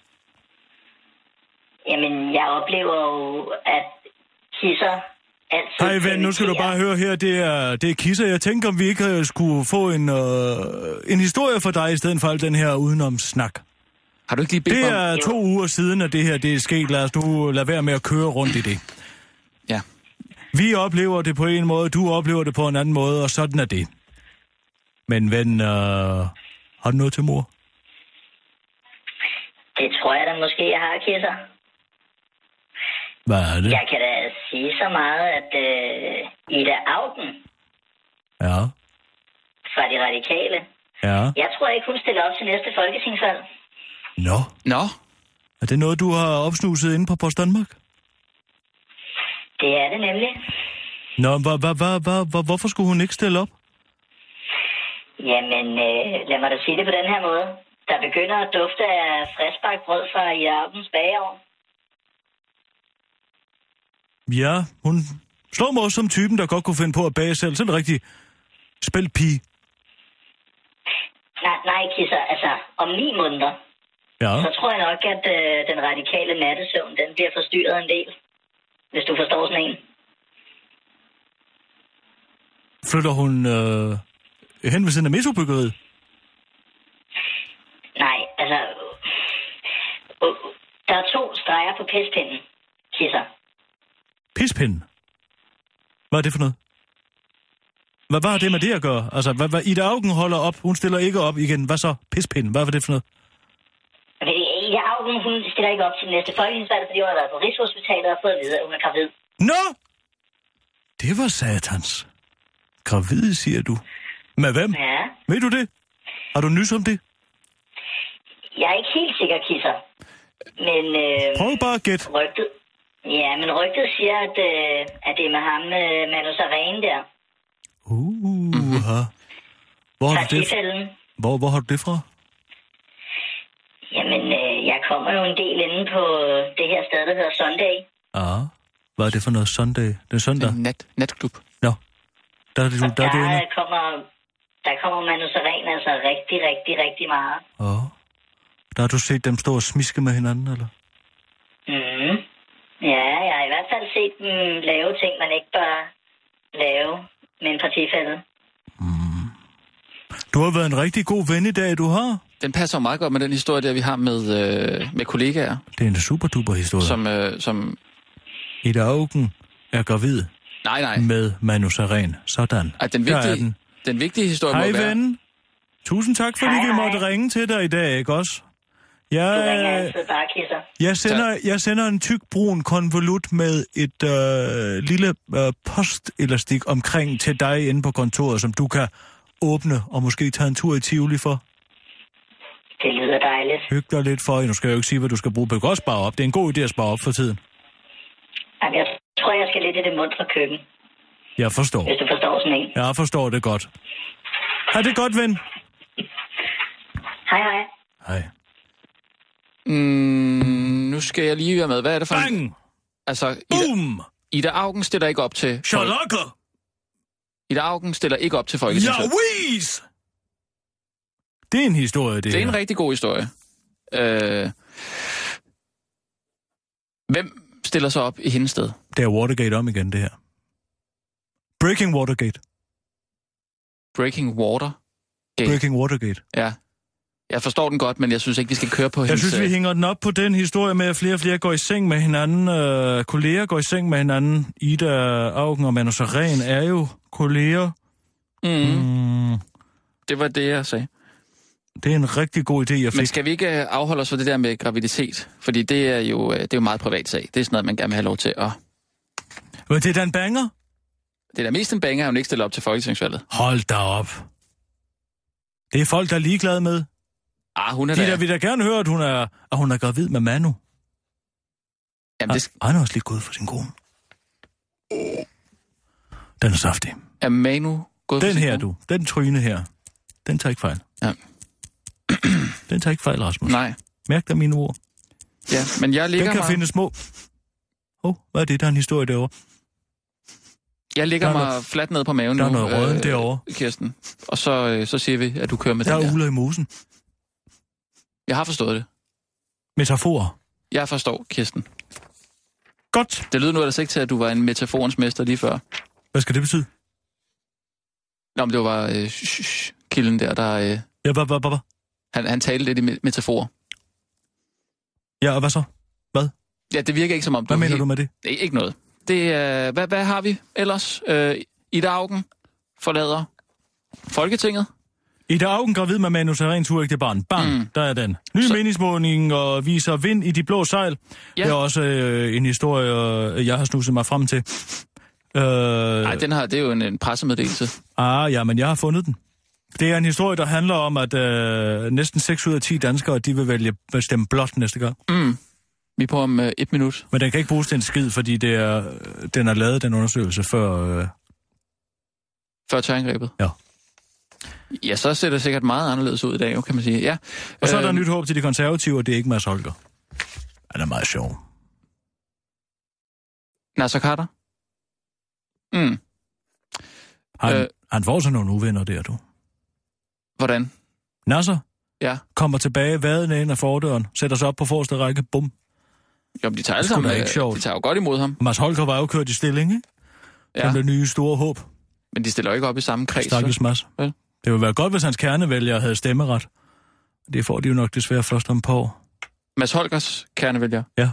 Jamen, jeg oplever jo, at Kisser altid... Hej ven, nu skal du bare høre her, det er, det er Kisser. Jeg tænker, om vi ikke øh, skulle få en, øh, en historie for dig, i stedet for al den her udenomssnak. Har du ikke lige bedt Det mig om... er to uger siden, at det her det er sket. Lad os nu lade være med at køre rundt i det. Ja. Vi oplever det på en måde, du oplever det på en anden måde, og sådan er det. Men ven, øh, har du noget til mor? Det tror jeg da måske, jeg har, Kisser. Hvad er det? Jeg kan da sige så meget, at øh, Ida Auken Ja, fra De Radikale, ja. jeg tror ikke, hun stiller op til næste folketingsvalg. Nå, Nå, er det noget, du har opsnuset inde på Post Danmark? Det er det nemlig. Nå, hva, hva, hva, hva, hva, hvorfor skulle hun ikke stille op? Jamen, øh, lad mig da sige det på den her måde. Der begynder at dufte af friskbagt brød fra Ida Aukens bageovn. Ja, hun slår mig også som typen, der godt kunne finde på at bage selv. Sådan en rigtig spældpige. Nej, nej, Kisser, altså om ni måneder, Ja. så tror jeg nok, at øh, den radikale nattesøvn, den bliver forstyrret en del. Hvis du forstår sådan en. Flytter hun øh, hen ved siden af metrobyggeriet? Nej, altså... Øh, der er to streger på pispinden, Kisser. Pispinden? Hvad er det for noget? Hvad, hvad har det med det at gøre? Altså, hvad, hvad, Ida Auken holder op, hun stiller ikke op igen. Hvad så? Pispinden, hvad var det for noget? Okay, Ida Auken, hun stiller ikke op til næste folketingsvalg, fordi hun har været på Rigshospitalet og fået at vide, at hun er gravid. Nå! Det var satans. Gravid, siger du. Med hvem? Ja. Ved du det? Har du nys om det? Jeg er ikke helt sikker, Kisser. Men... Øh, Prøv bare at gætte. Rygtet... Ja, men rygtet siger, at, øh, at det er med ham, øh, Manu Sareen der. Uh, mm-hmm. Hvor har du det fra? Hvor, hvor har du det fra? Jamen, øh, jeg kommer jo en del inde på det her sted, der hedder Sunday. Ah, hvad er det for noget Sunday? Det er søndag? En nat, natklub. Nå, der er det, du, der, der, er du inde. kommer, der kommer Manu Sareen altså rigtig, rigtig, rigtig meget. Åh, oh. Der har du set dem stå og smiske med hinanden, eller? Mhm. Ja, jeg har i hvert fald set dem lave ting, man ikke bør lave med en partifælle. Mm. Du har været en rigtig god ven i dag, du har. Den passer meget godt med den historie, der vi har med, øh, med kollegaer. Det er en super-duper historie. Som... Øh, som... Ida Auken er gravid. Nej, nej. Med Manu Sareen. Sådan. Ej, den vigtige, den. den vigtige historie Hej, må være... ven. Tusind tak, fordi hej, vi måtte hej. ringe til dig i dag, ikke også? Jeg, du ringer altid bare, Kisser. Jeg sender, jeg sender en tyk brun konvolut med et øh, lille øh, postelastik omkring til dig inde på kontoret, som du kan åbne og måske tage en tur i Tivoli for. Det lyder dejligt. Hyg dig lidt for. Nu skal jeg jo ikke sige, hvad du skal bruge. Du kan godt spare op. Det er en god idé at spare op for tiden. Jamen, jeg tror, jeg skal lidt i det mundre køkken. Jeg forstår. Hvis du forstår sådan en. Jeg forstår det godt. Ha' det godt, ven. Hej, hej. Hej. Mm, nu skal jeg lige være med. Hvad er det for Bang! en... Altså, Ida, Boom! Ida Auken stiller ikke op til... Charlotte! Ida Auken stiller ikke op til folketingsvalget. Ja, Louise! Det er en historie, det Det er her. en rigtig god historie. Øh... Hvem stiller sig op i hendes sted? Det er Watergate om igen, det her. Breaking Watergate. Breaking Water? Gate. Breaking Watergate. Ja. Jeg forstår den godt, men jeg synes ikke, vi skal køre på jeg hendes... Jeg synes, vi hænger den op på den historie med, at flere og flere går i seng med hinanden. Øh, kolleger går i seng med hinanden. Ida Auken og Manu Sareen er jo kolleger. Mm. Mm. Det var det, jeg sagde. Det er en rigtig god idé, jeg fik. Men skal vi ikke afholde os for det der med graviditet? Fordi det er jo, det er jo meget privat sag. Det er sådan noget, man gerne vil have lov til at... Men det er da en banger? Det er da mest en banger, at hun ikke stiller op til folketingsvalget. Hold da op. Det er folk, der er ligeglade med. Ah, hun er De der... der vil da gerne høre, at hun er, at hun er gravid med Manu. Jamen, det... Han er også lige gået for sin kone. Den er saftig. Er Manu gået Den for sin her, kone? du. Den tryne her. Den tager ikke fejl. Ja. Den tager ikke fejl, Rasmus. Nej. Mærk dig mine ord. Ja, men jeg ligger Den kan mig... finde små... Åh, oh, hvad er det? Der er en historie derovre. Jeg ligger der mig noget... fladt ned på maven der nu. Der er noget røden øh, derovre. Kirsten. Og så, øh, så siger vi, at du kører med der den der. Der er uler i mosen. Jeg har forstået det. Metafor. Jeg forstår, Kirsten. Godt. Det lyder nu altså ikke til, at du var en metaforens mester lige før. Hvad skal det betyde? Nå, men det var øh, sh- sh- kilden der, der... Øh, ja, hvad, hvad, hvad? Han, han talte lidt i metafor. Ja, og hvad så? Hvad? Ja, det virker ikke som om... Hvad du mener helt... du med det? Nej, ikke noget. Det er... Øh, hvad, hvad har vi ellers? Øh, Ida Auken forlader Folketinget. Ida Auken gravid med Manu Sareen tur ikke det barn. Bang, mm. der er den. Ny så... meningsmåling og viser vind i de blå sejl. Ja. Det er også øh, en historie, jeg har snuset mig frem til. Nej, øh... den her, det er jo en, en pressemeddelelse. Ah, ja, men jeg har fundet den. Det er en historie, der handler om, at øh, næsten seks ud af ti danskere, de vil vælge at stemme blot næste gang. Mm. Vi er på om øh, et minut. Men den kan ikke bruges til en skid, fordi det er, den er lavet, den undersøgelse, før... Øh... Før terrorangrebet? Ja. Ja, så ser det sikkert meget anderledes ud i dag, kan man sige. Ja. Og så er der øh... nyt håb til de konservative, og det er ikke Mads Holger. Han er meget sjov. Nasser Carter? Mm. Han, øh... han får så nogle uvenner der, du. Hvordan? Nasser Ja. kommer tilbage, vadende ind af fordøren, sætter sig op på forreste række, bum. Jo, men de tager alle Det er sgu da sammen, ikke sjovt. de tager jo godt imod ham. Mads Holger var jo kørt i stilling, ikke? Ja. Den nye store håb. Men de stiller jo ikke op i samme kreds. Stakkels Mads. Vel? Det ville være godt, hvis hans kernevælgere havde stemmeret. Det får de jo nok desværre først om på år. Mads Holgers kernevælger? Ja.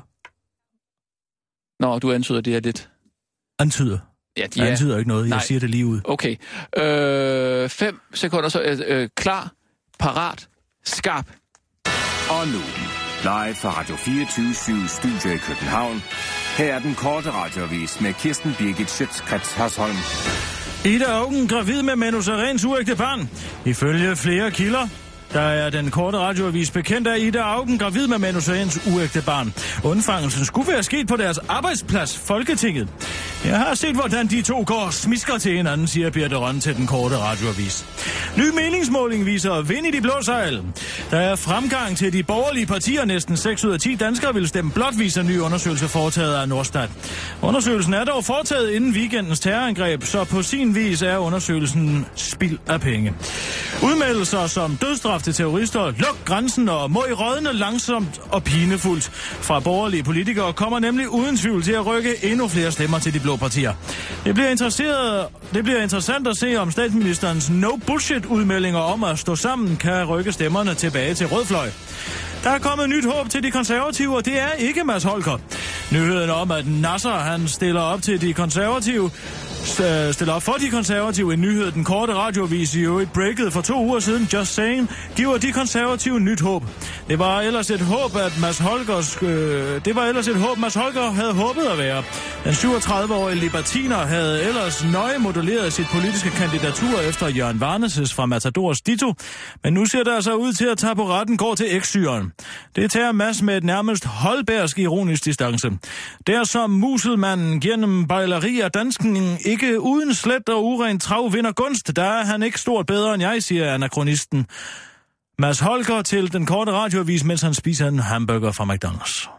Nå, du antyder, de er lidt... Antyder? Ja, de Jeg er... antyder ikke noget, jeg Nej. siger det lige ud. Okay. Øh, fem sekunder, så øh, øh, klar, parat, skarp. Og nu, live fra Radio fireogtyve syv Studio i København. Her er den korte radioavis med Kirsten Birgit Schøtzgrads Hasholm. Ida Auken gravid med Manu Sareens uægte barn. Ifølge flere kilder, der er den korte radioavis bekendt af Ida Auken gravid med Manu Sareens uægte barn. Undfangelsen skulle være sket på deres arbejdsplads, Folketinget. Jeg har set, hvordan de to går og smisker til hinanden, siger Birte Rønne til den korte radioavis. Ny meningsmåling viser vind i de blå sejl. Der er fremgang til de borgerlige partier. Næsten seks ud af ti danskere vil stemme blot, viser ny undersøgelse foretaget af Norstat. Undersøgelsen er dog foretaget inden weekendens terrorangreb, så på sin vis er undersøgelsen spild af penge. Udmeldelser som dødsstraf til terrorister, luk grænsen og må i rådne langsomt og pinefuldt fra borgerlige politikere kommer nemlig uden tvivl til at rykke endnu flere stemmer til de blå partier. Det bliver, interesseret, det bliver interessant at se, om statsministerens no-bullshit-udmeldinger om at stå sammen kan rykke stemmerne tilbage til rød fløj. Der er kommet nyt håb til de konservative, og det er ikke Mads Holger. Nyheden om, at Nasser han stiller op til de konservative, stiller op for de konservative, en nyhed, den korte radioavis i øvrigt breakede for to uger siden, Just Saying, giver de konservative nyt håb. Det var ellers et håb, at Mads Holgers, øh, det var ellers et håb, Mads Holger havde håbet at være. Den syvogtredive-årige libertiner havde ellers nøje modelleret sit politiske kandidatur efter Jørgen Varneses fra Matadors Ditto, men nu ser der så ud til at tage på retten går til eksyren. Det tager Mads med et nærmest holdbærsk ironisk distance. Der som muselmanden gennem bejleri af dansken ikke uden slet og urent trav vinder gunst, der er han ikke stort bedre end jeg, siger anakronisten Mads Holger til den korte radioavis, mens han spiser en hamburger fra McDonald's.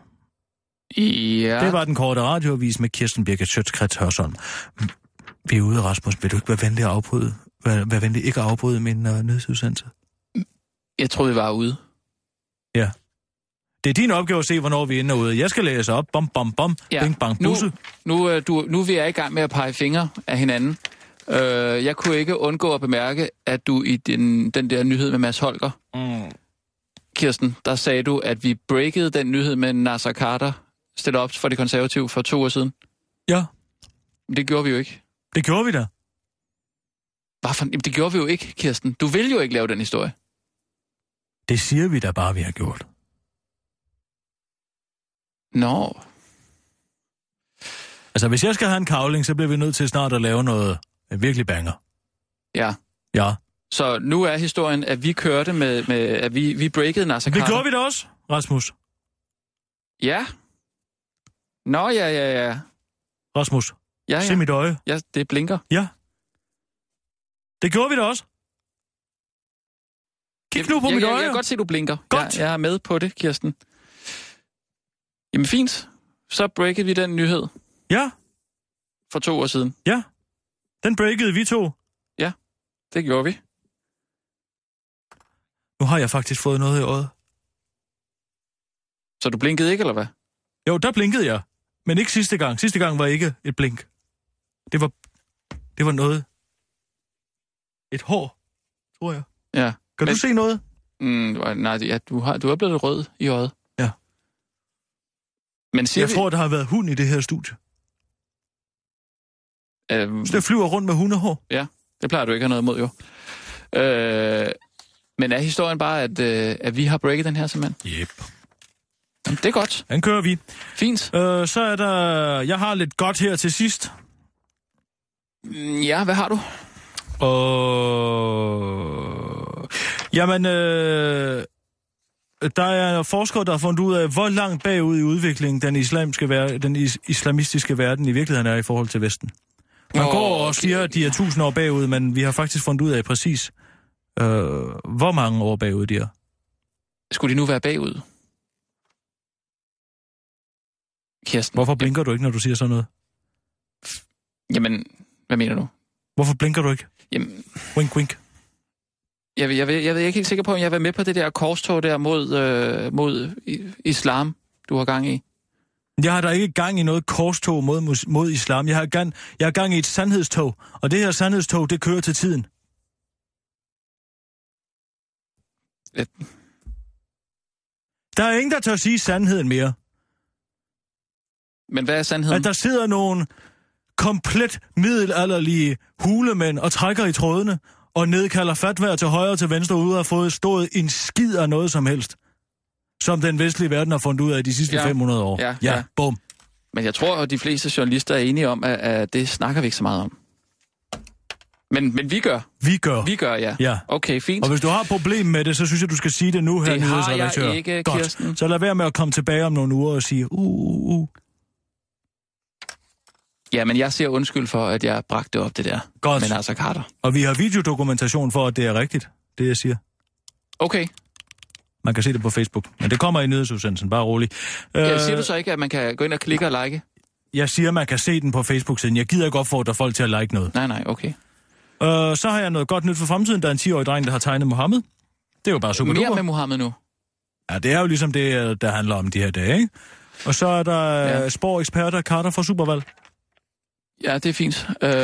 Ja. Det var den korte radioavis med Kirsten Birgit Schøtzgrads Hasholm. Vi er ude, Rasmus. Vil du ikke være venlig at afbryde? Vær, vær venlig ikke at afbryde min uh, nyhedsudsendelse? Jeg troede, vi var ude. Ja. Det er din opgave at se, hvornår vi er inde og ude. Jeg skal læse op. Bom, bom, bom. Ja. Bing, bang, busse. Nu, nu, øh, du, nu er vi i gang med at pege fingre af hinanden. Uh, jeg kunne ikke undgå at bemærke, at du i den, den der nyhed med Mads Holger, mm. Kirsten, der sagde du, at vi breakede den nyhed med Nasser Carter, stille op for de konservative for to år siden. Ja. Det gjorde vi jo ikke. Det gjorde vi da. Hvorfor? Det gjorde vi jo ikke, Kirsten. Du vil jo ikke lave den historie. Det siger vi da bare, vi har gjort. Nå. Altså, hvis jeg skal have en kavling, så bliver vi nødt til snart at lave noget virkelig banger. Ja. Ja. Så nu er historien, at vi kørte med, med at vi, vi breakede Nasser Carter. Det gjorde vi da også, Rasmus. Ja. Nå, ja, ja, ja. Rasmus, ja, ja. Se mit øje. Ja, det blinker. Ja. Det gjorde vi da også. Kig nu på jeg, mit jeg, øje. Jeg kan godt se, du blinker. Godt. Jeg, jeg er med på det, Kirsten. Jamen fint. Så breakede vi den nyhed. Ja. For to år siden. Ja. Den breakede vi to. Ja, det gjorde vi. Nu har jeg faktisk fået noget i øjet. Så du blinkede ikke, eller hvad? Jo, der blinkede jeg. Men ikke sidste gang. Sidste gang var ikke et blink. Det var, det var noget. Et hår, tror jeg. Ja. Kan men... du se noget? Mm, nej, ja, du, har, du er blevet rød i øjet. Ja. Men siger jeg vi... tror, der har været hund i det her studie. Øhm... Så der flyver rundt med hundehår. Ja, det plejer du ikke at have noget imod, jo. Øh... Men er historien bare, at, øh, at vi har breaket den her simpelthen? Jep. Det er godt. Den kører vi. Fint. Øh, så er der... Jeg har lidt godt her til sidst. Ja, hvad har du? Og... Jamen, øh... der er forskere, der har fundet ud af, hvor langt bagud i udviklingen den, islamiske ver- den is- islamistiske verden i virkeligheden er i forhold til Vesten. Man oh, går og siger, at de er tusind år bagud, men vi har faktisk fundet ud af præcis, øh, hvor mange år bagud de er. Skulle de nu være bagud? Kirsten. Hvorfor blinker du ikke, når du siger sådan noget? Jamen, hvad mener du? Hvorfor blinker du ikke? Jamen... Wink, wink. Jeg, jeg, jeg, jeg er ikke helt sikker på, om jeg var med på det der korstog der mod, øh, mod islam, du har gang i. Jeg har da ikke gang i noget korstog mod, mod islam. Jeg har, gang, jeg har gang i et sandhedstog, og det her sandhedstog, det kører til tiden. Et... Der er ingen, der tør sige sandheden mere. Men hvad er sandheden? At der sidder nogle komplet middelalderlige hulemænd og trækker i trådene og nedkalder fatwaer til højre og til venstre ude og har fået stået en skid af noget som helst. Som den vestlige verden har fundet ud af de sidste ja. fem hundrede år. Ja, ja, ja, bum. Men jeg tror, at de fleste journalister er enige om, at, at det snakker vi ikke så meget om. Men, men vi gør. Vi gør. Vi gør, ja. ja. Okay, fint. Og hvis du har et problem med det, så synes jeg, du skal sige det nu her. Det har jeg ikke, Godt. Kirsten. Så lad være med at komme tilbage om nogle uger og sige, uh, uh, uh. Ja, men jeg siger undskyld for, at jeg bragte op det der. Godt. Men altså Carter. Og vi har videodokumentation for, at det er rigtigt, det jeg siger. Okay. Man kan se det på Facebook, men det kommer i nyhedsudsendelsen, bare rolig. Ja, uh, siger du så ikke, at man kan gå ind og klikke og like? Jeg siger, at man kan se den på Facebook-siden. Jeg gider ikke opfordre folk til at like noget. Nej, nej, okay. Uh, så har jeg noget godt nyt for fremtiden. Der er en ti-årig dreng, der har tegnet Mohammed. Det er jo bare super Mere med Mohammed nu? Ja, det er jo ligesom det, der handler om de her dage, ikke? Og så er der ja. Spor-eksperter, Carter fra Supervalg. Ja, det er fint.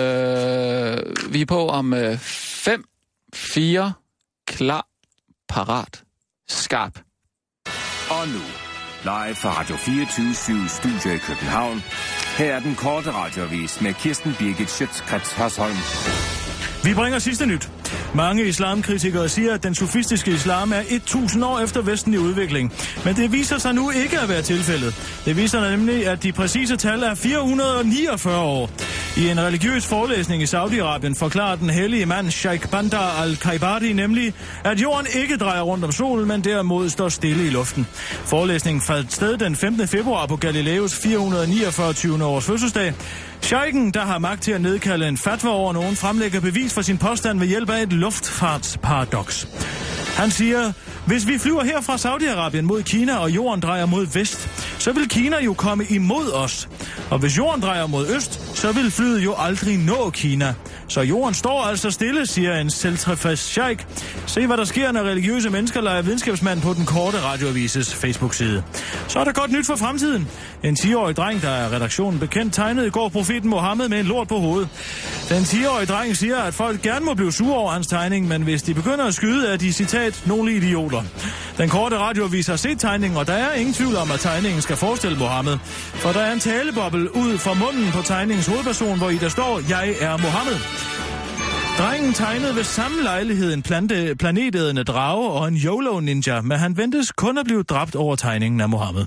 Øh, vi er på om øh, fem, fire, klar, parat, skarp. Og nu, live fra Radio fireogtyve syv Studio i København. Her er den korte radioavis med Kirsten Birgit Schøtz-Krets Hørsholm. Vi bringer sidste nyt. Mange islamkritikere siger, at den sofistiske islam er tusind år efter Vesten i udvikling. Men det viser sig nu ikke at være tilfældet. Det viser nemlig, at de præcise tal er fire hundrede og niogfyrre år. I en religiøs forelæsning i Saudi-Arabien forklarer den hellige mand Sheikh Bandar al-Khaibari nemlig, at jorden ikke drejer rundt om solen, men derimod står stille i luften. Forelæsningen faldt sted den femtende februar på Galileos fire hundrede og niogfyrre tyvende års fødselsdag. Sheikhen, der har magt til at nedkalde en fatwa over nogen, fremlægger bevis for sin påstand ved hjælp af et luftfartsparadoks. Han siger, hvis vi flyver her fra Saudi-Arabien mod Kina, og jorden drejer mod vest, så vil Kina jo komme imod os. Og hvis jorden drejer mod øst, så vil flyet jo aldrig nå Kina. Så jorden står altså stille, siger en selvtilfreds sheik. Se, hvad der sker, når religiøse mennesker leger videnskabsmand på den korte radioavises Facebook-side. Så er der godt nyt for fremtiden. En ti-årig dreng, der er redaktionen bekendt, tegnede i går profeten Mohammed med en lort på hovedet. Den ti-årige dreng siger, at folk gerne må blive sure over hans tegning, men hvis de begynder at skyde, er de, citat, nogle idioter. Den korte radioavis har set tegningen, og der er ingen tvivl om, at tegningen skal forestille Mohammed. For der er en taleboble ud fra munden på tegningens hovedperson, hvor i der står, jeg er Mohammed. Drengen tegnede ved samme lejlighed en plante, planetædende drage og en YOLO-ninja, men han ventes kun at blive dræbt over tegningen af Mohammed.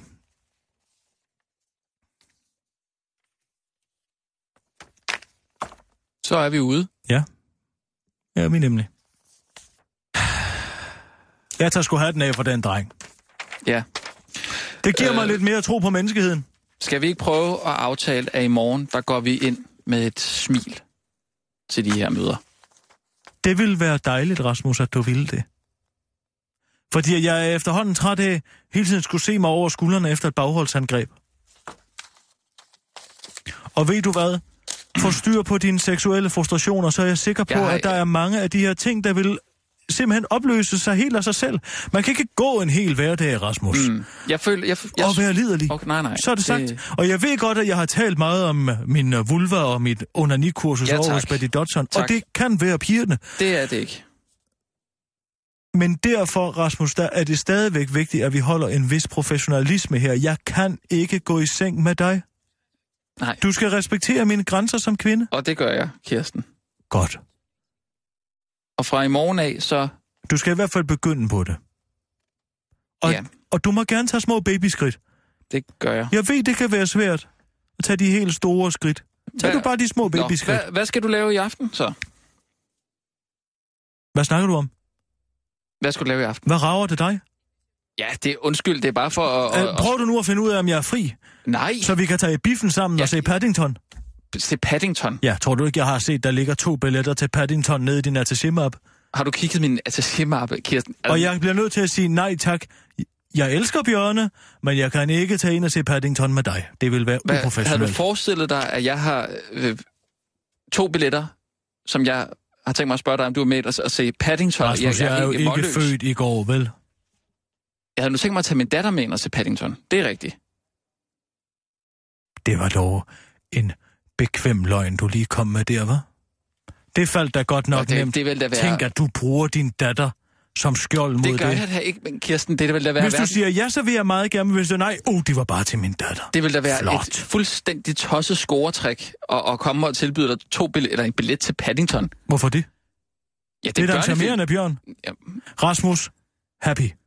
Så er vi ude. Ja. Ja, vi nemlig. Jeg tager sgu hatten af for den dreng. Ja. Det giver øh, mig lidt mere tro på menneskeheden. Skal vi ikke prøve at aftale, at i morgen, der går vi ind med et smil til de her møder? Det ville være dejligt, Rasmus, at du ville det. Fordi jeg er efterhånden træt af hele tiden skulle se mig over skuldrene efter et bagholdsangreb. Og ved du hvad? Få styr på dine seksuelle frustrationer, så er jeg sikker på, jeg har... at der er mange af de her ting, der vil simpelthen opløse sig helt af sig selv. Man kan ikke gå en hel hverdag, Rasmus. Mm. Jeg føler... Jeg, jeg... Og være liderlig. Okay, nej, nej. Så er det sagt. Det... Og jeg ved godt, at jeg har talt meget om min vulva og mit onanikursus ja, over hos Betty Dodson. Tak. Og det kan være pirrende. Det er det ikke. Men derfor, Rasmus, der er det stadigvæk vigtigt, at vi holder en vis professionalisme her. Jeg kan ikke gå i seng med dig. Nej. Du skal respektere mine grænser som kvinde. Og det gør jeg, Kirsten. Godt. Og fra i morgen af, så... Du skal i hvert fald begynde på det. Og, ja. og du må gerne tage små babyskridt. Det gør jeg. Jeg ved, det kan være svært at tage de helt store skridt. Tag hvad? Du bare de små babyskridt. Hvad, hvad skal du lave i aften, så? Hvad snakker du om? Hvad skal du lave i aften? Hvad rager det dig? Ja, det er undskyld, det er bare for at... at Prøv du nu at finde ud af, om jeg er fri? Nej. Så vi kan tage i biffen sammen ja. og se Paddington? Se Paddington? Ja, tror du ikke, jeg har set, der ligger to billetter til Paddington nede i din attaché-map? Har du kigget min attaché-map, Kirsten? Altså... Og jeg bliver nødt til at sige nej tak. Jeg elsker bjørne, men jeg kan ikke tage ind og se Paddington med dig. Det vil være uprofessionelt. Har du forestillet dig, at jeg har øh, to billetter, som jeg har tænkt mig at spørge dig, om du er med og, og se Paddington. Rasmus, jeg, jeg er jo ikke målløs. født i går, vel? Jeg havde nu tænkt mig at tage min datter med ind og se Paddington. Det er rigtigt. Det var dog en bekvem løgn, du lige kom med der, hva'? Det faldt da godt nok det, nemt. Det vil da være... Tænk, at du bruger din datter som skjold mod det. Det gør det. jeg da ikke, men Kirsten, det vil da være... Hvis du verden... siger ja, så vil jeg meget gerne, hvis du nej, oh, det var bare til min datter. Det vil da være Flot. Et fuldstændig tosset scoretræk at, at komme og tilbyde dig to billet, eller en billet til Paddington. Hvorfor det? Ja, det, det er da gør charmerende, Bjørn. Ja. Rasmus, happy.